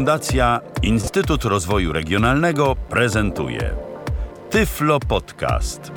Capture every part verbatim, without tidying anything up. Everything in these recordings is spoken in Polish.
Fundacja Instytut Rozwoju Regionalnego prezentuje Tyflo Podcast.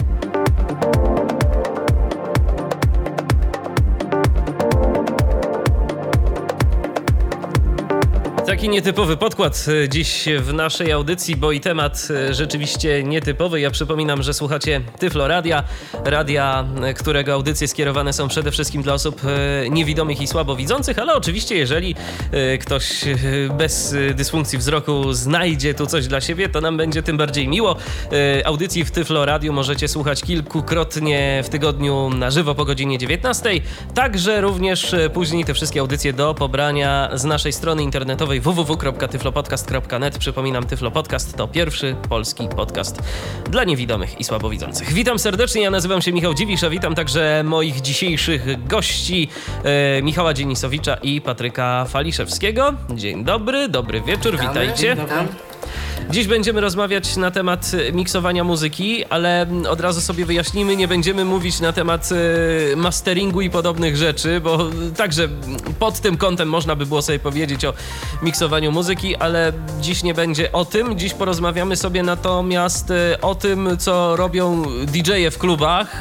Taki nietypowy podkład dziś w naszej audycji, bo i temat rzeczywiście nietypowy. Ja przypominam, że słuchacie Tyflo Radia, radia, którego audycje skierowane są przede wszystkim dla osób niewidomych i słabowidzących, ale oczywiście jeżeli ktoś bez dysfunkcji wzroku znajdzie tu coś dla siebie, to nam będzie tym bardziej miło. Audycji w Tyflo Radiu możecie słuchać kilkukrotnie w tygodniu na żywo po godzinie dziewiętnastej, także również później te wszystkie audycje do pobrania z naszej strony internetowej w w w kropka tyflopodcast kropka net. Przypominam, Tyflo Podcast to pierwszy polski podcast dla niewidomych i słabowidzących. Witam serdecznie, ja nazywam się Michał Dziwisz, a witam także moich dzisiejszych gości, e, Michała Dzienisowicza i Patryka Faliszewskiego. Dzień dobry, dobry wieczór, Witamy. Witajcie. Witam. Dziś będziemy rozmawiać na temat miksowania muzyki, ale od razu sobie wyjaśnimy, nie będziemy mówić na temat masteringu i podobnych rzeczy, bo także pod tym kątem można by było sobie powiedzieć o miksowaniu muzyki, ale dziś nie będzie o tym. Dziś porozmawiamy sobie natomiast o tym, co robią didżeje w klubach,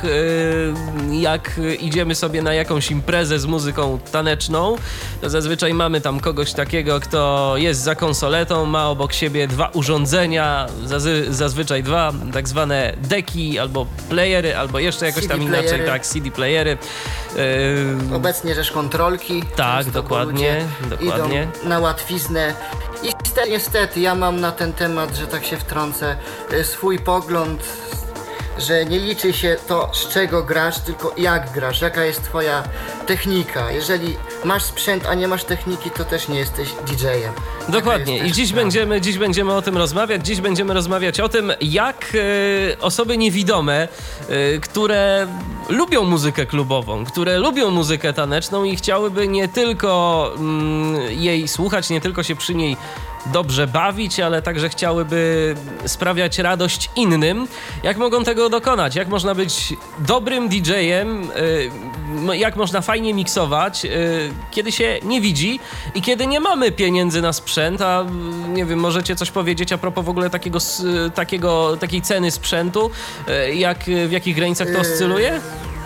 jak idziemy sobie na jakąś imprezę z muzyką taneczną, to zazwyczaj mamy tam kogoś takiego, kto jest za konsoletą, ma obok siebie dwa urządzenia, Zazy, zazwyczaj dwa tak zwane deki albo playery, albo jeszcze jakoś tam inaczej, playery. tak, C D playery. Yy... Obecnie też kontrolki. Tak, dokładnie, dokładnie. Idą na łatwiznę. I niestety ja mam na ten temat, że tak się wtrącę, swój pogląd, że nie liczy się to, z czego grasz, tylko jak grasz, jaka jest twoja technika. Jeżeli masz sprzęt, a nie masz techniki, to też nie jesteś didżejem. Dokładnie. I dziś będziemy, dziś będziemy o tym rozmawiać. Dziś będziemy rozmawiać o tym, jak e, osoby niewidome, e, które lubią muzykę klubową, które lubią muzykę taneczną i chciałyby nie tylko mm, jej słuchać, nie tylko się przy niej dobrze bawić, ale także chciałyby sprawiać radość innym. Jak mogą tego dokonać? Jak można być dobrym didżejem? Jak można fajnie miksować, kiedy się nie widzi i kiedy nie mamy pieniędzy na sprzęt, a nie wiem, możecie coś powiedzieć a propos w ogóle takiego, takiego, takiej ceny sprzętu? Jak, w jakich granicach to oscyluje?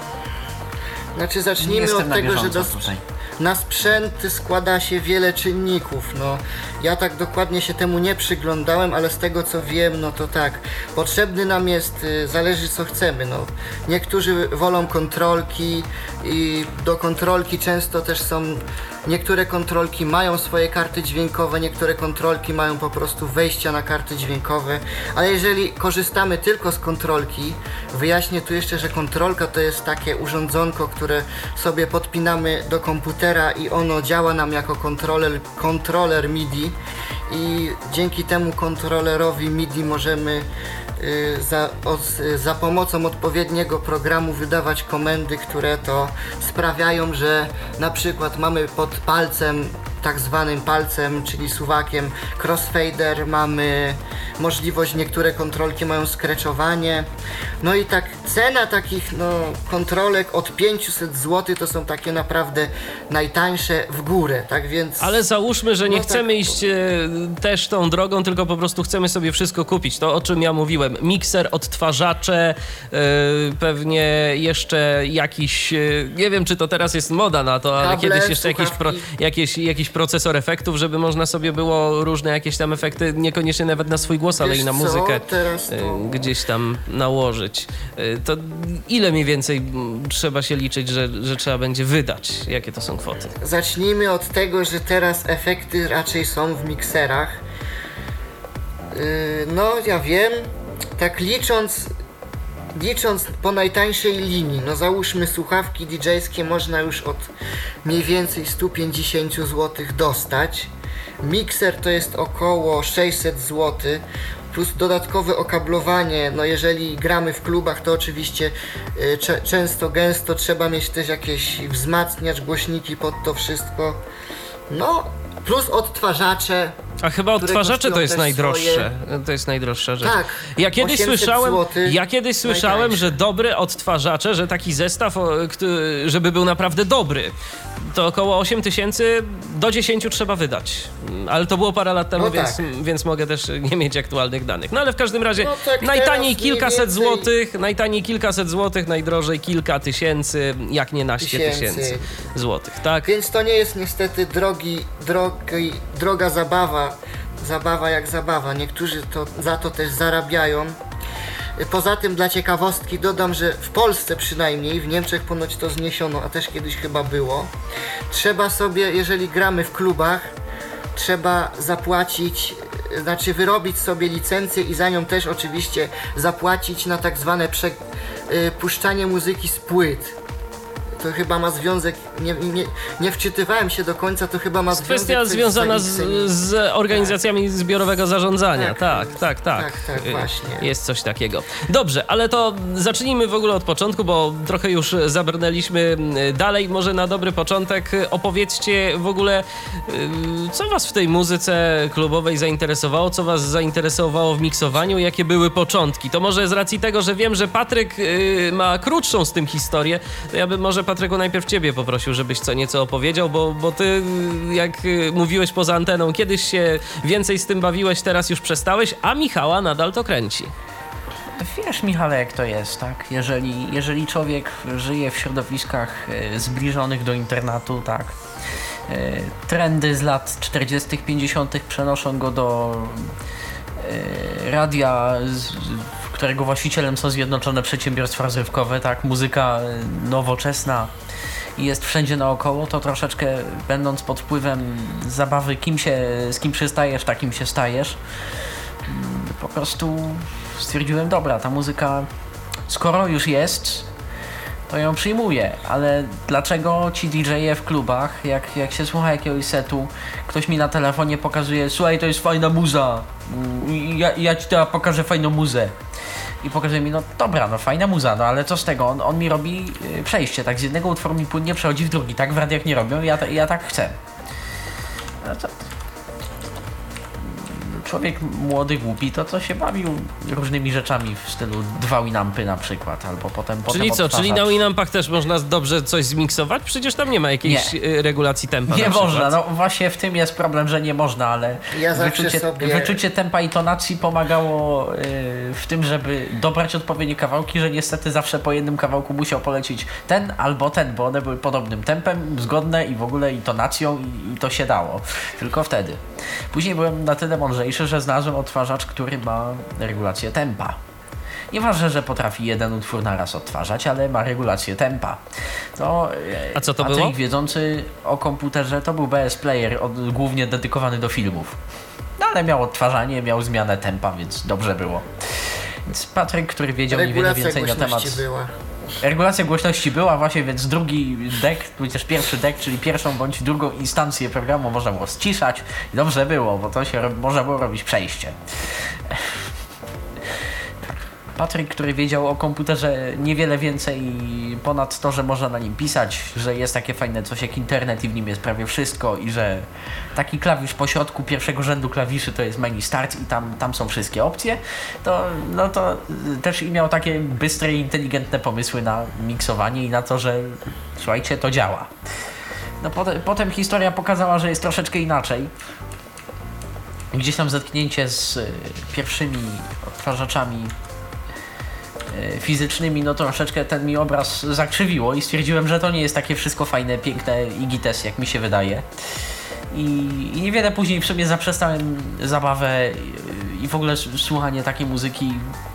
Znaczy zacznijmy od tego, że do... na sprzęt składa się wiele czynników. No, ja tak dokładnie się temu nie przyglądałem, ale z tego co wiem, no to tak, potrzebny nam jest, zależy co chcemy. No. Niektórzy wolą kontrolki i do kontrolki często też są, niektóre kontrolki mają swoje karty dźwiękowe, niektóre kontrolki mają po prostu wejścia na karty dźwiękowe, ale jeżeli korzystamy tylko z kontrolki, wyjaśnię tu jeszcze, że kontrolka to jest takie urządzonko, które sobie podpinamy do komputera i ono działa nam jako kontroler, kontroler M I D I i dzięki temu kontrolerowi M I D I możemy y, za, od, y, za pomocą odpowiedniego programu wydawać komendy, które to sprawiają, że na przykład mamy pod palcem, tak zwanym palcem, czyli suwakiem, crossfader, mamy możliwość, niektóre kontrolki mają skreczowanie. No i tak cena takich no, kontrolek od pięćset złotych to są takie naprawdę najtańsze w górę, tak więc... Ale załóżmy, że nie no chcemy tak... iść e, też tą drogą, tylko po prostu chcemy sobie wszystko kupić. To o czym ja mówiłem. Mikser, odtwarzacze, e, pewnie jeszcze jakiś, e, nie wiem czy to teraz jest moda na to, ale Kable, kiedyś jeszcze jakiś, pro, jakiś, jakiś procesor efektów, żeby można sobie było różne jakieś tam efekty, niekoniecznie nawet na swój głos, ale Wiesz i na co? muzykę Teraz to... gdzieś tam nałożyć. To ile mniej więcej trzeba się liczyć, że, że trzeba będzie wydać? Jakie to są kwoty? Zacznijmy od tego, że teraz efekty raczej są w mikserach. Yy, no ja wiem, tak licząc licząc po najtańszej linii, no załóżmy słuchawki didżejskie można już od mniej więcej sto pięćdziesiąt złotych dostać. Mikser to jest około sześćset złotych. Plus dodatkowe okablowanie, no jeżeli gramy w klubach, to oczywiście y, cze- często, gęsto trzeba mieć też jakieś wzmacniacz, głośniki pod to wszystko. No, plus odtwarzacze, A chyba odtwarzacze to jest najdroższe. Swoje... To jest najdroższa rzecz. Tak. Ja kiedyś słyszałem, ja kiedyś słyszałem, że dobre odtwarzacze, że taki zestaw, żeby był naprawdę dobry, to około osiem tysięcy do dziesięciu trzeba wydać. Ale to było parę lat temu, no więc, tak. więc mogę też nie mieć aktualnych danych. No ale w każdym razie no tak najtaniej kilkaset więcej... złotych, najtaniej kilkaset złotych, najdrożej kilka tysięcy, jak nie naście tysięcy. tysięcy złotych, tak? Więc to nie jest niestety drogi, drogi, droga zabawa, zabawa jak zabawa. Niektórzy to, za to też zarabiają. Poza tym dla ciekawostki dodam, że w Polsce przynajmniej, w Niemczech ponoć to zniesiono, a też kiedyś chyba było, trzeba sobie, jeżeli gramy w klubach, trzeba zapłacić, znaczy wyrobić sobie licencję i za nią też oczywiście zapłacić na tak zwane przepuszczanie muzyki z płyt. To chyba ma związek, nie, nie, nie wczytywałem się do końca, to chyba ma związek... Kwestia związana z, z organizacjami tak. zbiorowego zarządzania, tak, tak, tak, tak. Tak, tak, właśnie. Jest coś takiego. Dobrze, ale to zacznijmy w ogóle od początku, bo trochę już zabrnęliśmy dalej. Może na dobry początek opowiedzcie w ogóle, co was w tej muzyce klubowej zainteresowało, co was zainteresowało w miksowaniu, jakie były początki. To może z racji tego, że wiem, że Patryk ma krótszą z tym historię, to ja bym może Patryku najpierw ciebie poprosił, żebyś co nieco opowiedział, bo, bo ty, jak mówiłeś poza anteną, kiedyś się więcej z tym bawiłeś, teraz już przestałeś, a Michała nadal to kręci. Wiesz, Michale, jak to jest, tak? Jeżeli, jeżeli człowiek żyje w środowiskach e, zbliżonych do internatu, tak? E, trendy z lat czterdziestych, pięćdziesiątych przenoszą go do e, radia, z, którego właścicielem są Zjednoczone Przedsiębiorstwa Rozrywkowe, tak? Muzyka nowoczesna i jest wszędzie naokoło, to troszeczkę będąc pod wpływem zabawy, kim się, z kim przystajesz, takim się stajesz. Po prostu stwierdziłem, dobra, ta muzyka, skoro już jest, to ją przyjmuję, ale dlaczego ci didżeje w klubach, jak, jak się słucha jakiegoś setu, ktoś mi na telefonie pokazuje, słuchaj, to jest fajna muza, ja, ja ci teraz pokażę fajną muzę. I pokazuje mi, no dobra, no fajna muza, no ale co z tego, on, on mi robi y, przejście, tak, z jednego utworu mi płynnie przechodzi w drugi, tak, w radiach nie robią, ja, ja tak chcę. No to... Człowiek młody, głupi, to co się bawił różnymi rzeczami w stylu dwa Winampy na przykład, albo potem potem Czyli co, odtwarzać. czyli na Winampach też można dobrze coś zmiksować? Przecież tam nie ma jakiejś nie. regulacji tempa. Nie można, no właśnie w tym jest problem, że nie można, ale ja wyczucie, sobie... wyczucie tempa i tonacji pomagało yy, w tym, żeby dobrać odpowiednie kawałki, że niestety zawsze po jednym kawałku musiał polecieć ten albo ten, bo one były podobnym tempem, zgodne i w ogóle i tonacją i, i to się dało. Tylko wtedy. Później byłem na tyle mądrzejszy, że znalazłem odtwarzacz, który ma regulację tempa. Nieważne, że potrafi jeden utwór na raz odtwarzać, ale ma regulację tempa. To, a co to Patryk, było? wiedzący o komputerze, to był B S Player, od, głównie dedykowany do filmów. No ale miał odtwarzanie, miał zmianę tempa, więc dobrze było. Więc Patryk, który wiedział niewiele więcej na temat... była. Regulacja głośności była właśnie, więc drugi deck, tudzież pierwszy deck, czyli pierwszą bądź drugą instancję programu można było ściszać i dobrze było, bo to się ro- można było robić przejście. Patryk, który wiedział o komputerze niewiele więcej ponad to, że można na nim pisać, że jest takie fajne coś jak internet i w nim jest prawie wszystko i że taki klawisz po środku pierwszego rzędu klawiszy to jest menu start i tam, tam są wszystkie opcje, to, no to też i miał takie bystre i inteligentne pomysły na miksowanie i na to, że słuchajcie, to działa. No potem, potem historia pokazała, że jest troszeczkę inaczej. Gdzieś tam zetknięcie z pierwszymi odtwarzaczami fizycznymi, no troszeczkę ten mi obraz zakrzywiło i stwierdziłem, że to nie jest takie wszystko fajne, piękne i gites, jak mi się wydaje. I, i niewiele później w sobie zaprzestałem zabawę i, i w ogóle słuchanie takiej muzyki.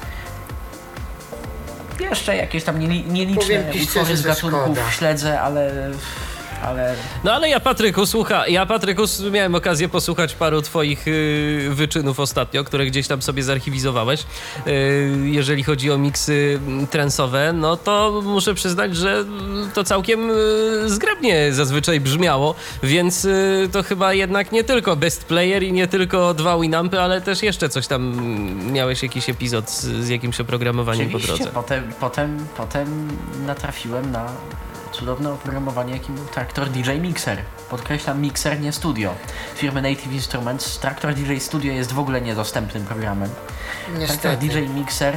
Jeszcze jakieś tam nieliczne utwory z gatunków śledzę, ale... Ale... No ale ja Patryku, słucha, ja Patryku miałem okazję posłuchać paru twoich yy, wyczynów ostatnio, które gdzieś tam sobie zarchiwizowałeś. Yy, jeżeli chodzi o miksy trance'owe, no to muszę przyznać, że to całkiem yy, zgrabnie zazwyczaj brzmiało, więc yy, to chyba jednak nie tylko Best Player i nie tylko dwa Winampy, ale też jeszcze coś tam miałeś jakiś epizod z, z jakimś oprogramowaniem Oczywiście, po drodze. Potem, potem, potem natrafiłem na cudowne oprogramowanie, jakim był Traktor D J Mixer. Podkreślam, Mixer, nie Studio. Firmy Native Instruments. Traktor D J Studio jest w ogóle niedostępnym programem. Niestety. Traktor D J Mixer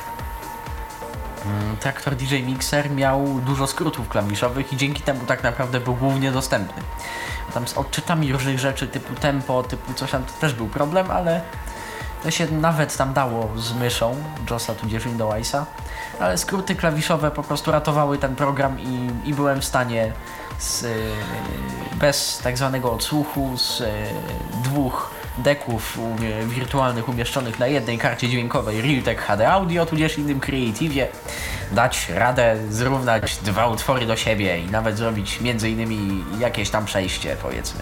Traktor D J Mixer miał dużo skrótów klawiszowych i dzięki temu tak naprawdę był głównie dostępny. Tam z odczytami różnych rzeczy typu tempo, typu coś tam, to też był problem, ale to się nawet tam dało z myszą josa tudzież Windowsa, ale skróty klawiszowe po prostu ratowały ten program i, i byłem w stanie z, bez tak zwanego odsłuchu z dwóch deków umie, wirtualnych umieszczonych na jednej karcie dźwiękowej Realtek H D Audio, tudzież innym Creative'ie dać radę zrównać dwa utwory do siebie i nawet zrobić między innymi jakieś tam przejście, powiedzmy.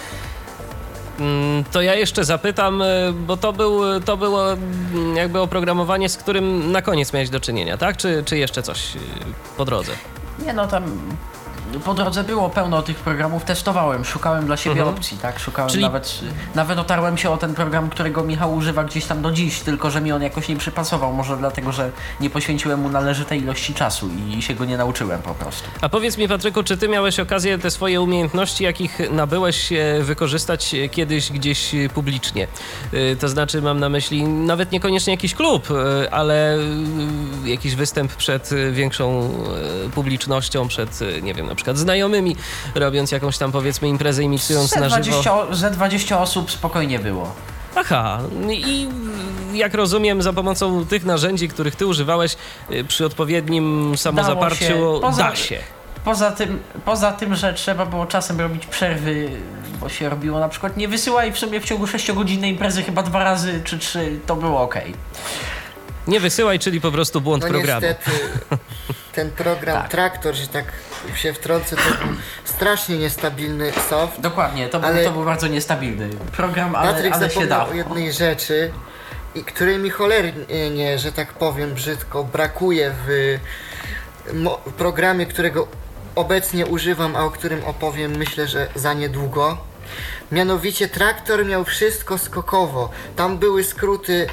To ja jeszcze zapytam, bo to, był, to było jakby oprogramowanie, z którym na koniec miałeś do czynienia, tak? Czy, czy jeszcze coś po drodze? Nie no, tam po drodze było pełno tych programów, testowałem, szukałem dla siebie mhm. opcji, tak? Szukałem Czyli... nawet, nawet otarłem się o ten program, którego Michał używa gdzieś tam do dziś, tylko że mi on jakoś nie przypasował, może dlatego, że nie poświęciłem mu należytej ilości czasu i się go nie nauczyłem po prostu. A powiedz mi, Patryku, czy ty miałeś okazję te swoje umiejętności, jakich nabyłeś, wykorzystać kiedyś gdzieś publicznie? To znaczy, mam na myśli nawet niekoniecznie jakiś klub, ale jakiś występ przed większą publicznością, przed, nie wiem, na przykład znajomymi, robiąc jakąś tam, powiedzmy, imprezę i miksując na żywo. Ze dwadzieścia osób spokojnie było. Aha, i jak rozumiem, za pomocą tych narzędzi, których ty używałeś, przy odpowiednim samozaparciu się. Poza, da się. Poza tym, poza tym, że trzeba było czasem robić przerwy, bo się robiło na przykład nie wysyłaj w sumie w ciągu sześciogodzinnej imprezy chyba dwa razy czy trzy, to było okej. Nie wysyłaj, czyli po prostu błąd no programu. Niestety, ten program tak. Traktor, że tak się wtrącę, to był strasznie niestabilny soft. Dokładnie, to, ale był, to był bardzo niestabilny program, ale, Patryk ale się dało. o jednej rzeczy, i której mi cholernie, że tak powiem brzydko, brakuje w mo- programie, którego obecnie używam, a o którym opowiem myślę, że za niedługo. Mianowicie Traktor miał wszystko skokowo. Tam były skróty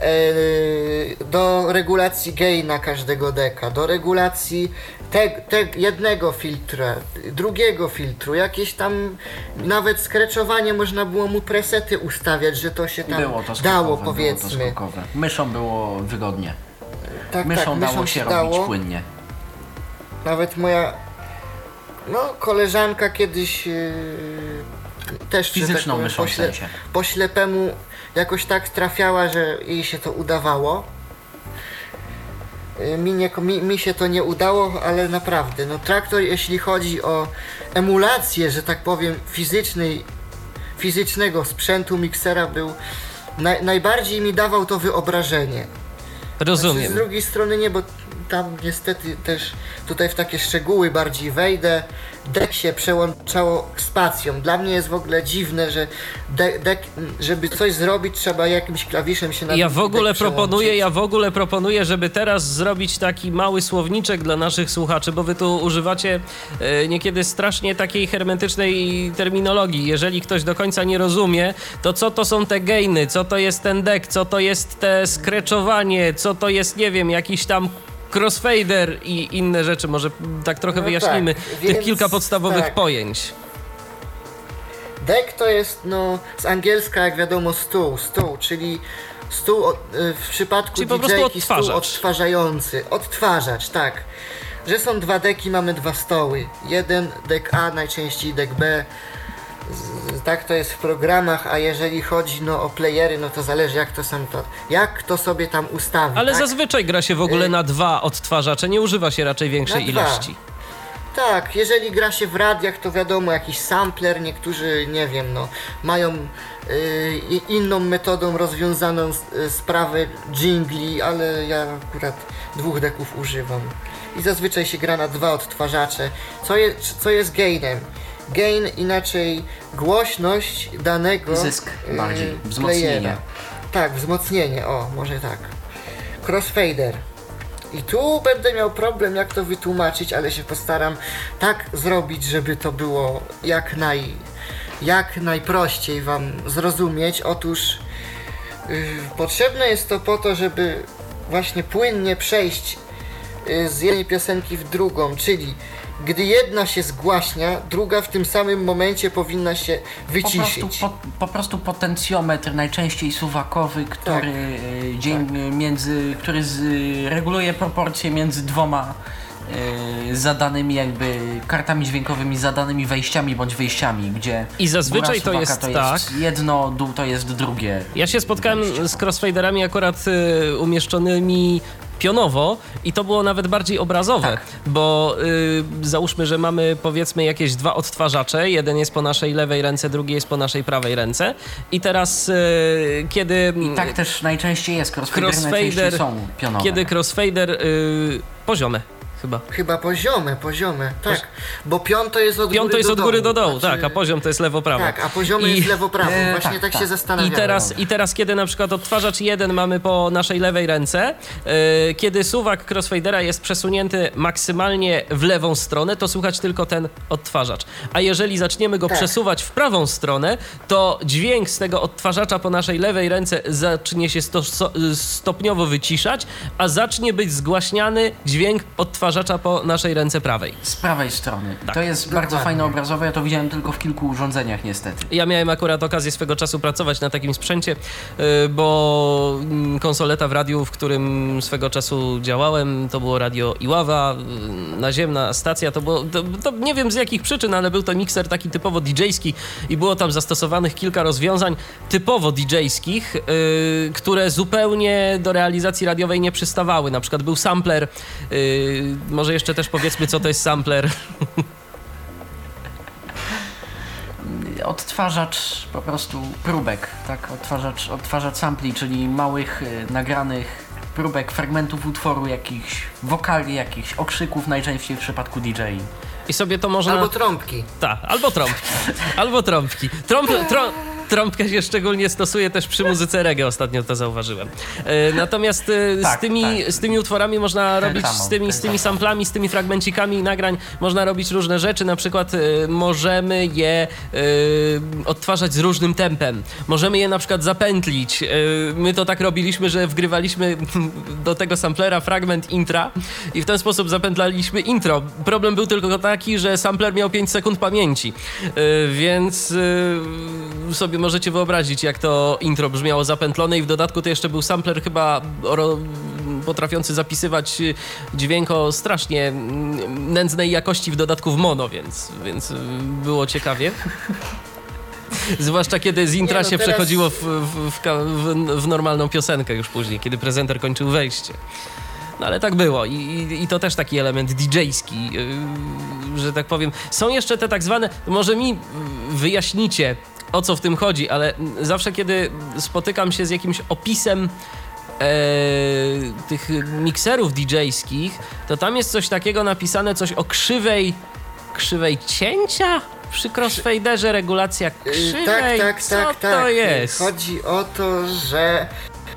do regulacji gaina każdego deka, do regulacji te, te jednego filtra, drugiego filtru, jakieś tam nawet skreczowanie, można było mu presety ustawiać, że to się tam było to skokowe, dało, powiedzmy. Było to skokowe. Myszą było wygodnie. Tak, myszą tak, dało myszą się dało. robić płynnie. Nawet moja no, koleżanka kiedyś yy, też fizyczną tak myszą po, śle, po ślepemu jakoś tak trafiała, że jej się to udawało. Mi, nie, mi, mi się to nie udało, ale naprawdę, no Traktor, jeśli chodzi o emulację, że tak powiem, fizycznej, fizycznego sprzętu miksera, był naj, najbardziej mi dawał to wyobrażenie. Rozumiem. Znaczy, z drugiej strony nie, bo tam niestety też tutaj w takie szczegóły bardziej wejdę. Dek się przełączało spacją. Dla mnie jest w ogóle dziwne, że dek, dek, żeby coś zrobić, trzeba jakimś klawiszem się na ja w ogóle proponuję, Ja w ogóle proponuję, żeby teraz zrobić taki mały słowniczek dla naszych słuchaczy, bo wy tu używacie e, niekiedy strasznie takiej hermetycznej terminologii. Jeżeli ktoś do końca nie rozumie, to co to są te gainy, co to jest ten dek, co to jest te skreczowanie, co to jest, nie wiem, jakiś tam crossfader i inne rzeczy, może tak trochę no wyjaśnimy tak, tych więc, kilka podstawowych tak. pojęć. Deck to jest, no, z angielska, jak wiadomo, stół, stół, czyli stół w przypadku D J-ki stół odtwarzający, odtwarzacz, tak. Że są dwa deki, mamy dwa stoły. Jeden dek A, najczęściej dek B. Tak to jest w programach, a jeżeli chodzi no, o playery, no to zależy jak to sam to, jak to sobie tam ustawi. Ale tak? zazwyczaj gra się w ogóle y- na dwa odtwarzacze, nie używa się raczej większej ilości. Tak, jeżeli gra się w radiach, to wiadomo, jakiś sampler, niektórzy, nie wiem, no, mają yy, inną metodą rozwiązaną y, sprawę dżingli, ale ja akurat dwóch deków używam. I zazwyczaj się gra na dwa odtwarzacze. Co, je, co jest gainem? Gain, inaczej głośność danego zysk bardziej, yy, wzmocnienie. Playera. Tak, wzmocnienie, o, może tak. Crossfader. I tu będę miał problem, jak to wytłumaczyć, ale się postaram tak zrobić, żeby to było jak naj, jak najprościej wam zrozumieć. Otóż yy, potrzebne jest to po to, żeby właśnie płynnie przejść z jednej piosenki w drugą, czyli gdy jedna się zgłaśnia, druga w tym samym momencie powinna się wyciszyć. Po prostu, po, po prostu potencjometr, najczęściej suwakowy, który, tak. dzień, tak. Między, który z, reguluje proporcje między dwoma y, zadanymi jakby kartami dźwiękowymi, zadanymi wejściami bądź wyjściami, gdzie i zazwyczaj to jest, to jest tak. jedno, dół to jest drugie. Ja się spotkałem wejście. z crossfaderami akurat y, umieszczonymi pionowo i to było nawet bardziej obrazowe, tak. bo y, załóżmy, że mamy powiedzmy jakieś dwa odtwarzacze, jeden jest po naszej lewej ręce, drugi jest po naszej prawej ręce i teraz y, kiedy... I tak też najczęściej jest, crossfader, crossfader są pionowe. Kiedy crossfader y, poziome. Chyba. Chyba poziome, poziome, tak. Bo pion to jest od pion góry to jest do od góry dołu, do dołu, znaczy... tak, a poziom to jest lewo-prawo. Tak, a poziomy I... jest lewo-prawo, e, właśnie tak, tak, tak się zastanawiam. I teraz, I teraz, kiedy na przykład odtwarzacz jeden mamy po naszej lewej ręce, yy, kiedy suwak crossfadera jest przesunięty maksymalnie w lewą stronę, to słychać tylko ten odtwarzacz. A jeżeli zaczniemy go tak. przesuwać w prawą stronę, to dźwięk z tego odtwarzacza po naszej lewej ręce zacznie się sto, stopniowo wyciszać, a zacznie być zgłaśniany dźwięk odtwarzacza po naszej ręce prawej. Z prawej strony. Tak. To jest Dokładnie. bardzo fajne obrazowe, ja to widziałem tylko w kilku urządzeniach niestety. Ja miałem akurat okazję swego czasu pracować na takim sprzęcie, yy, bo konsoleta w radiu, w którym swego czasu działałem, to było radio Iława, yy, naziemna stacja, to było, to, to nie wiem z jakich przyczyn, ale był to mikser taki typowo didżejski i było tam zastosowanych kilka rozwiązań typowo didżejskich, yy, które zupełnie do realizacji radiowej nie przystawały. Na przykład był sampler, yy, może jeszcze też powiedzmy, co to jest sampler. Odtwarzacz po prostu próbek, tak? Odtwarzacz, odtwarzacz sampli, czyli małych, y, nagranych próbek, fragmentów utworu, jakichś wokali, jakichś okrzyków, najczęściej w przypadku D J. I sobie to można... Albo trąbki. Tak, albo trąbki. Albo trąbki. Trąb, trą... Trąbkę się szczególnie stosuje też przy muzyce reggae, ostatnio to zauważyłem. E, natomiast e, tak, z, tymi, tak. z tymi utworami można ten robić, samą, z tymi, z tymi samplami, z tymi fragmencikami nagrań można robić różne rzeczy, na przykład e, możemy je e, odtwarzać z różnym tempem. Możemy je na przykład zapętlić. E, my to tak robiliśmy, że wgrywaliśmy do tego samplera fragment intra i w ten sposób zapętlaliśmy intro. Problem był tylko taki, że sampler miał pięć sekund pamięci, e, więc e, sobie możecie wyobrazić, jak to intro brzmiało zapętlone i w dodatku to jeszcze był sampler chyba ro, potrafiący zapisywać dźwięk o strasznie nędznej jakości, w dodatku w mono, więc, więc było ciekawie. Zwłaszcza kiedy z intra Nie, no się teraz... przechodziło w, w, w, w normalną piosenkę już później, kiedy prezenter kończył wejście. No ale tak było I, i, i to też taki element didżejski, yy, że tak powiem. Są jeszcze te tak zwane, może mi wyjaśnicie, o co w tym chodzi, ale zawsze kiedy spotykam się z jakimś opisem e, tych mikserów didżejskich, to tam jest coś takiego napisane, coś o krzywej, krzywej cięcia? Przy crossfaderze regulacja krzywej? Tak, tak, co tak, to tak. jest? Chodzi o to, że...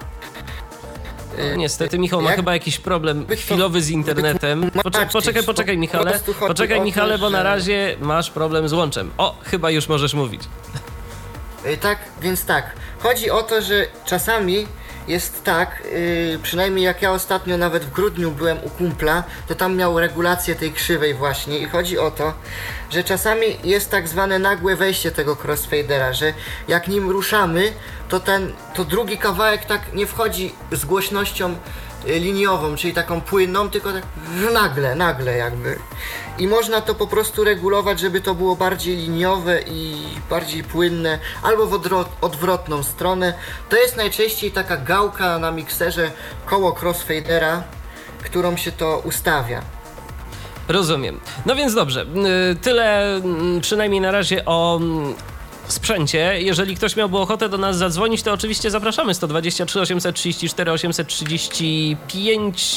Niestety Michał ma chyba jakiś problem chwilowy z internetem. Poczekaj, poczekaj, poczekaj Michale. Poczekaj Michale, bo na razie masz problem z łączem. O, chyba już możesz mówić. Tak, więc tak. Chodzi o to, że czasami jest tak, yy, przynajmniej jak ja ostatnio nawet w grudniu byłem u kumpla, to tam miał regulację tej krzywej właśnie i chodzi o to, że czasami jest tak zwane nagłe wejście tego crossfadera, że jak nim ruszamy, to ten, to drugi kawałek tak nie wchodzi z głośnością liniową, czyli taką płynną, tylko tak nagle, nagle jakby. I można to po prostu regulować, żeby to było bardziej liniowe i bardziej płynne, albo w odwrot, odwrotną stronę. To jest najczęściej taka gałka na mikserze koło crossfadera, którą się to ustawia. Rozumiem. No więc dobrze, tyle przynajmniej na razie o sprzęcie. Jeżeli ktoś miałby ochotę do nas zadzwonić, to oczywiście zapraszamy. sto dwadzieścia trzy osiemset trzydzieści cztery osiemset trzydzieści pięć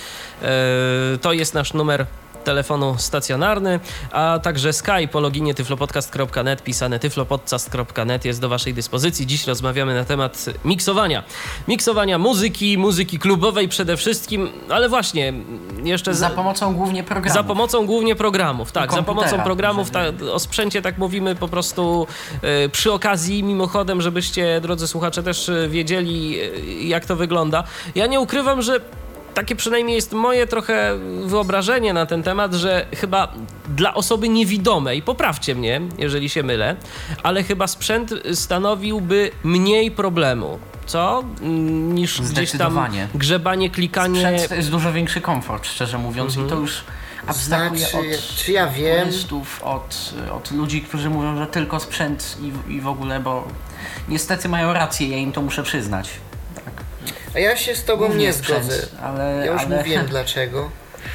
to jest nasz numer telefonu stacjonarny, a także Skype po loginie tyflopodcast kropka net, pisane tyflopodcast kropka net jest do waszej dyspozycji. Dziś rozmawiamy na temat miksowania. Miksowania muzyki, muzyki klubowej przede wszystkim, ale właśnie jeszcze... Za, za pomocą głównie programów. Za pomocą głównie programów, tak. Za pomocą programów, ta, o sprzęcie tak mówimy po prostu y, przy okazji, mimochodem, żebyście, drodzy słuchacze, też wiedzieli, y, jak to wygląda. Ja nie ukrywam, że takie przynajmniej jest moje trochę wyobrażenie na ten temat, że chyba dla osoby niewidomej, poprawcie mnie, jeżeli się mylę, ale chyba sprzęt stanowiłby mniej problemu. Co? Niż gdzieś tam grzebanie, klikanie. Sprzęt to jest dużo większy komfort, szczerze mówiąc, mhm. i to już abstrakuje znaczy, od czy ja wiem? turystów, od, od ludzi, którzy mówią, że tylko sprzęt i, i w ogóle, bo niestety mają rację, ja im to muszę przyznać. Tak. A ja się z tobą Mówię nie sprzęt, zgodzę. ale, ja już ale... mówiłem dlaczego.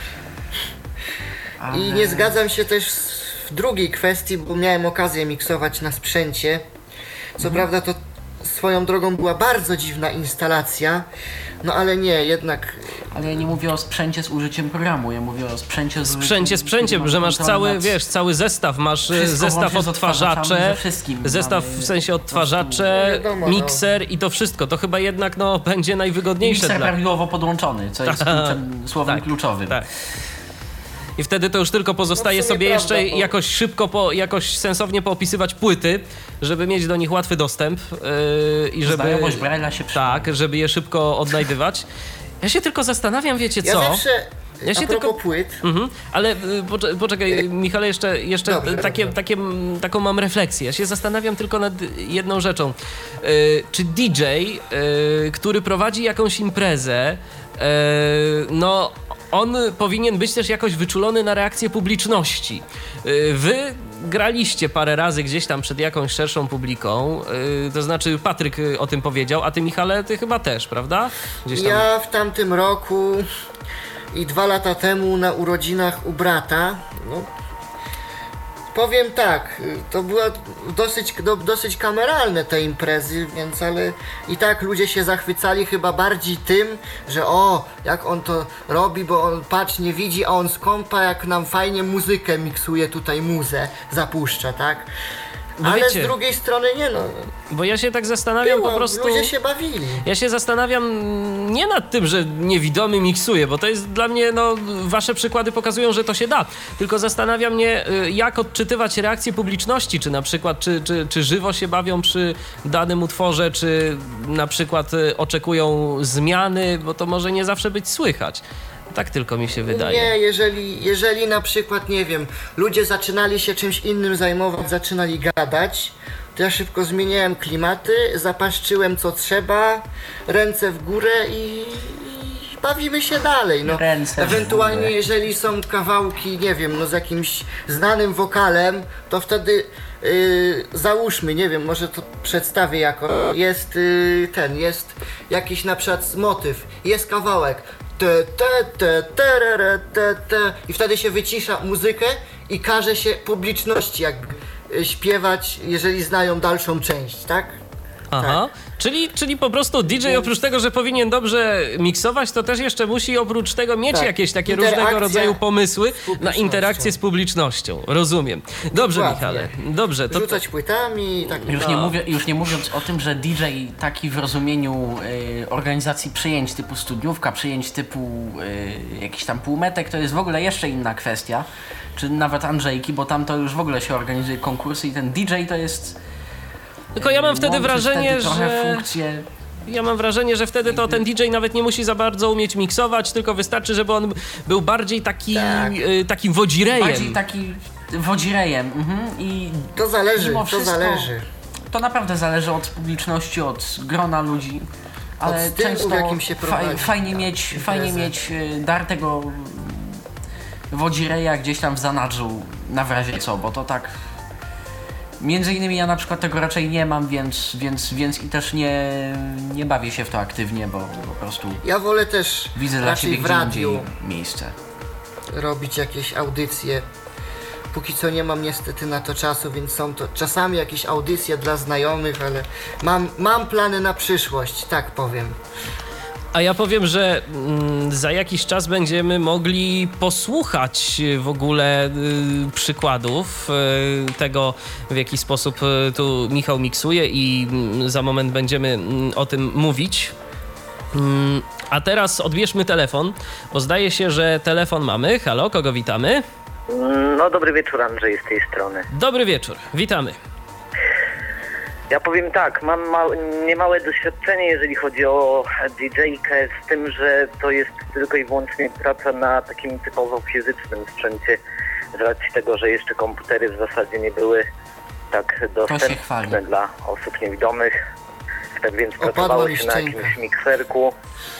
Ale... I nie zgadzam się też w drugiej kwestii, bo miałem okazję miksować na sprzęcie. Co mhm. prawda to swoją drogą była bardzo dziwna instalacja, no ale nie, jednak... Ale ja nie mówię o sprzęcie z użyciem programu, ja mówię o sprzęcie z Sprzęcie, sprzęcie, że masz cały, nad... wiesz, cały zestaw, masz zestaw odtwarzacze, zestaw w sensie odtwarzacze, wiadomo, mikser no. i to wszystko, to chyba jednak no będzie najwygodniejsze. Mikser dla... prawidłowo podłączony, co jest kluczem, słowem tak, kluczowym. Tak. I wtedy to już tylko pozostaje no sobie prawda, jeszcze bo... jakoś szybko, po, jakoś sensownie poopisywać płyty, żeby mieć do nich łatwy dostęp yy, i żeby... Znajomość Braille'a się przyda. Tak, żeby je szybko odnajdywać. Ja się tylko zastanawiam, wiecie co? Ja zawsze... Ja się tylko płyt. Mhm, ale y, poczekaj, Michale, jeszcze, jeszcze dobrze, takie, dobrze. Takie, taką mam refleksję. Ja się zastanawiam tylko nad jedną rzeczą. Y, czy D J, y, który prowadzi jakąś imprezę, y, no on powinien być też jakoś wyczulony na reakcję publiczności. Y, wy graliście parę razy gdzieś tam przed jakąś szerszą publiką, yy, to znaczy Patryk o tym powiedział, a ty, Michale, ty chyba też, prawda? Gdzieś tam... Ja w tamtym roku i dwa lata temu na urodzinach u brata, no, powiem tak, to była dosyć, do, dosyć kameralne te imprezy, więc ale i tak ludzie się zachwycali chyba bardziej tym, że o, jak on to robi, bo on patrz, nie widzi, a on z kompa jak nam fajnie muzykę miksuje, tutaj muzę zapuszcza, tak? Bo ale wiecie, z drugiej strony nie no. Bo ja się tak zastanawiam Było, po prostu... Ludzie się bawili. Ja się zastanawiam nie nad tym, że niewidomy miksuje, bo to jest dla mnie, no, wasze przykłady pokazują, że to się da. Tylko zastanawiam mnie, jak odczytywać reakcję publiczności, czy na przykład, czy, czy, czy żywo się bawią przy danym utworze, czy na przykład oczekują zmiany, bo to może nie zawsze być słychać. Tak tylko mi się wydaje. Nie, jeżeli, jeżeli na przykład, nie wiem, ludzie zaczynali się czymś innym zajmować, zaczynali gadać, to ja szybko zmieniałem klimaty, zapaszczyłem co trzeba, ręce w górę i, i bawimy się dalej. No. Ręce ewentualnie jeżeli są kawałki, nie wiem, no z jakimś znanym wokalem, to wtedy yy, załóżmy, nie wiem, może to przedstawię jako, jest yy, ten, jest jakiś na przykład motyw, jest kawałek, Te, te, te, te, te, te. I wtedy się wycisza muzykę i każe się publiczności jakby śpiewać, jeżeli znają dalszą część, tak? Aha, tak. Czyli, czyli po prostu D J oprócz tego, że powinien dobrze miksować, to też jeszcze musi oprócz tego mieć tak. jakieś takie różnego rodzaju pomysły na interakcję z publicznością. Rozumiem. Dobrze, Dokładnie. Michale. Dobrze. To... Rzucać płytami i tak. Już, no. nie mówię, już nie mówiąc o tym, że D J taki w rozumieniu y, organizacji przyjęć typu studniówka, przyjęć typu y, jakiś tam półmetek, to jest w ogóle jeszcze inna kwestia. Czy nawet Andrzejki, bo tam to już w ogóle się organizuje konkursy i ten D J to jest... Tylko ja mam wtedy wrażenie, wtedy że... Funkcje... Ja mam wrażenie, że wtedy to ten D J nawet nie musi za bardzo umieć miksować, tylko wystarczy, żeby on był bardziej taki, tak. y, takim wodzirejem. Bardziej taki wodzirejem. Mhm. I to zależy, to wszystko, zależy. To naprawdę zależy od publiczności, od grona ludzi. Ale od stylu, często w jakim się prowadzi, faj, fajnie, tak, mieć, fajnie mieć dar tego wodzireja gdzieś tam w zanadrzu na w razie co, bo to tak... Między innymi ja na przykład tego raczej nie mam, więc, więc, więc i też nie, nie bawię się w to aktywnie, bo po prostu ja wolę też widzę dla siebie w radiu miejsce. Robić jakieś audycje. Póki co nie mam niestety na to czasu, więc są to czasami jakieś audycje dla znajomych, ale mam, mam plany na przyszłość, tak powiem. A ja powiem, że mm, za jakiś czas będziemy mogli posłuchać w ogóle y, przykładów y, tego, w jaki sposób y, tu Michał miksuje i y, za moment będziemy y, o tym mówić. Y, a teraz odbierzmy telefon, bo zdaje się, że telefon mamy. Halo, kogo witamy? No dobry wieczór, Andrzej z tej strony. Dobry wieczór, witamy. Ja powiem tak, mam ma- niemałe doświadczenie, jeżeli chodzi o didżejkę, z tym, że to jest tylko i wyłącznie praca na takim typowo fizycznym sprzęcie, z racji tego, że jeszcze komputery w zasadzie nie były tak dostępne dla osób niewidomych. Tak więc pracowało się na jakimś mikserku,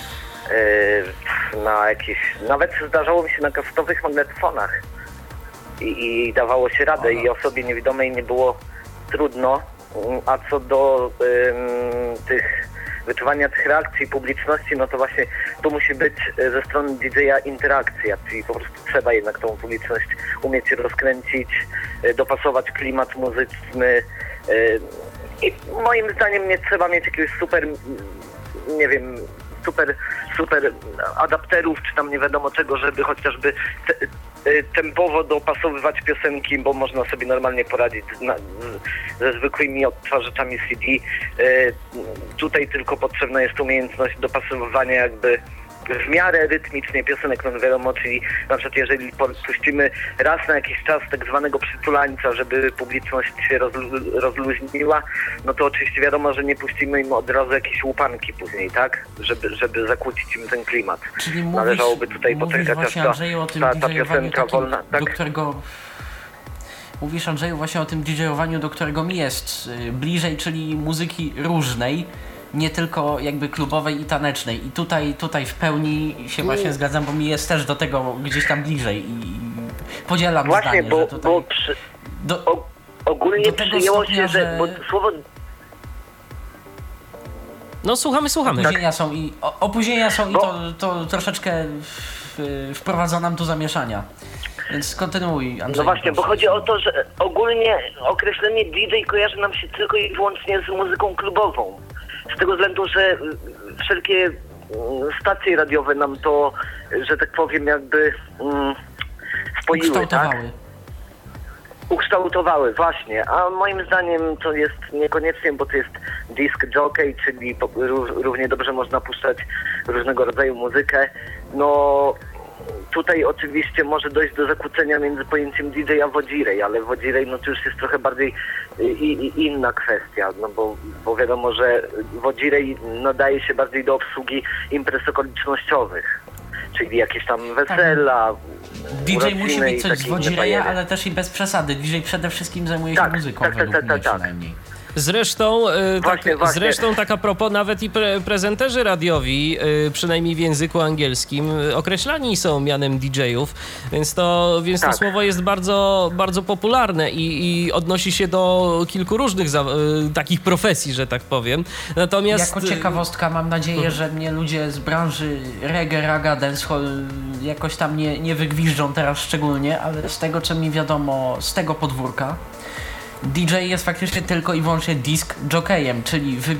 yy, na jakichś, nawet zdarzało mi się na kasetowych magnetofonach i, i dawało się radę i osobie niewidomej nie było trudno, a co do yy, tych wyczuwania tych reakcji publiczności, no to właśnie tu musi być ze strony didżeja interakcja, czyli po prostu trzeba jednak tą publiczność umieć rozkręcić, dopasować klimat muzyczny i moim zdaniem nie trzeba mieć jakiegoś super, nie wiem, super, super adapterów, czy tam nie wiadomo czego, żeby chociażby te, tempowo dopasowywać piosenki, bo można sobie normalnie poradzić na, ze zwykłymi odtwarzaczami C D. Tutaj tylko potrzebna jest umiejętność dopasowywania jakby w miarę rytmicznie piosenek, no wiadomo, czyli na przykład jeżeli puścimy raz na jakiś czas tak zwanego przytulańca, żeby publiczność się rozlu- rozluźniła, no to oczywiście wiadomo, że nie puścimy im od razu jakieś łupanki później, tak? Żeby, żeby zakłócić im ten klimat. Czyli mówisz, należałoby tutaj mówisz właśnie ta, Andrzeju o tym ta, ta didżejowaniu piosenka takim, wolna, tak? do którego... Mówisz Andrzeju właśnie o tym didżejowaniu, do którego mi jest y, bliżej, czyli muzyki różnej, nie tylko jakby klubowej i tanecznej. I tutaj, tutaj w pełni się właśnie zgadzam, bo mi jest też do tego gdzieś tam bliżej i podzielam właśnie, zdanie, bo, że tutaj... bo przy, do, o, ogólnie do przyjęło stopnia, się, że... że... Bo słowo... No słuchamy, słuchamy. Opóźnienia są i, o, opóźnienia są bo... i to, to troszeczkę w, wprowadza nam tu zamieszania. Więc kontynuuj, Andrzej. No właśnie, bo chodzi o to, że ogólnie określenie D J kojarzy nam się tylko i wyłącznie z muzyką klubową. Z tego względu, że wszelkie stacje radiowe nam to, że tak powiem, jakby um, spoiły, ukształtowały. tak? Ukształtowały, właśnie. A moim zdaniem to jest niekoniecznie, bo to jest disc jockey, czyli po, równie dobrze można puszczać różnego rodzaju muzykę. No tutaj oczywiście może dojść do zakłócenia między pojęciem D J a wodzirej, ale wodzirej no to już jest trochę bardziej i, i inna kwestia, no bo, bo wiadomo, że wodzirej nadaje się bardziej do obsługi imprez okolicznościowych, czyli jakieś tam wesela, D J musi mieć coś z wodzireja, ale też i bez przesady. D J przede wszystkim zajmuje się tak, muzyką, tak, według tak, mnie tak, tak. przynajmniej. Zresztą, właśnie, tak, właśnie. zresztą tak a propos, nawet i pre- prezenterzy radiowi, przynajmniej w języku angielskim, określani są mianem D J-ów, więc to, więc tak. to słowo jest bardzo, bardzo popularne i, i odnosi się do kilku różnych za- takich profesji, że tak powiem. Natomiast... Jako ciekawostka mam nadzieję, że mnie ludzie z branży reggae, raga, dancehall jakoś tam nie, nie wygwiżdżą teraz szczególnie, ale z tego, co mi wiadomo z tego podwórka, D J jest faktycznie tylko i wyłącznie disc jockeyem, czyli wy...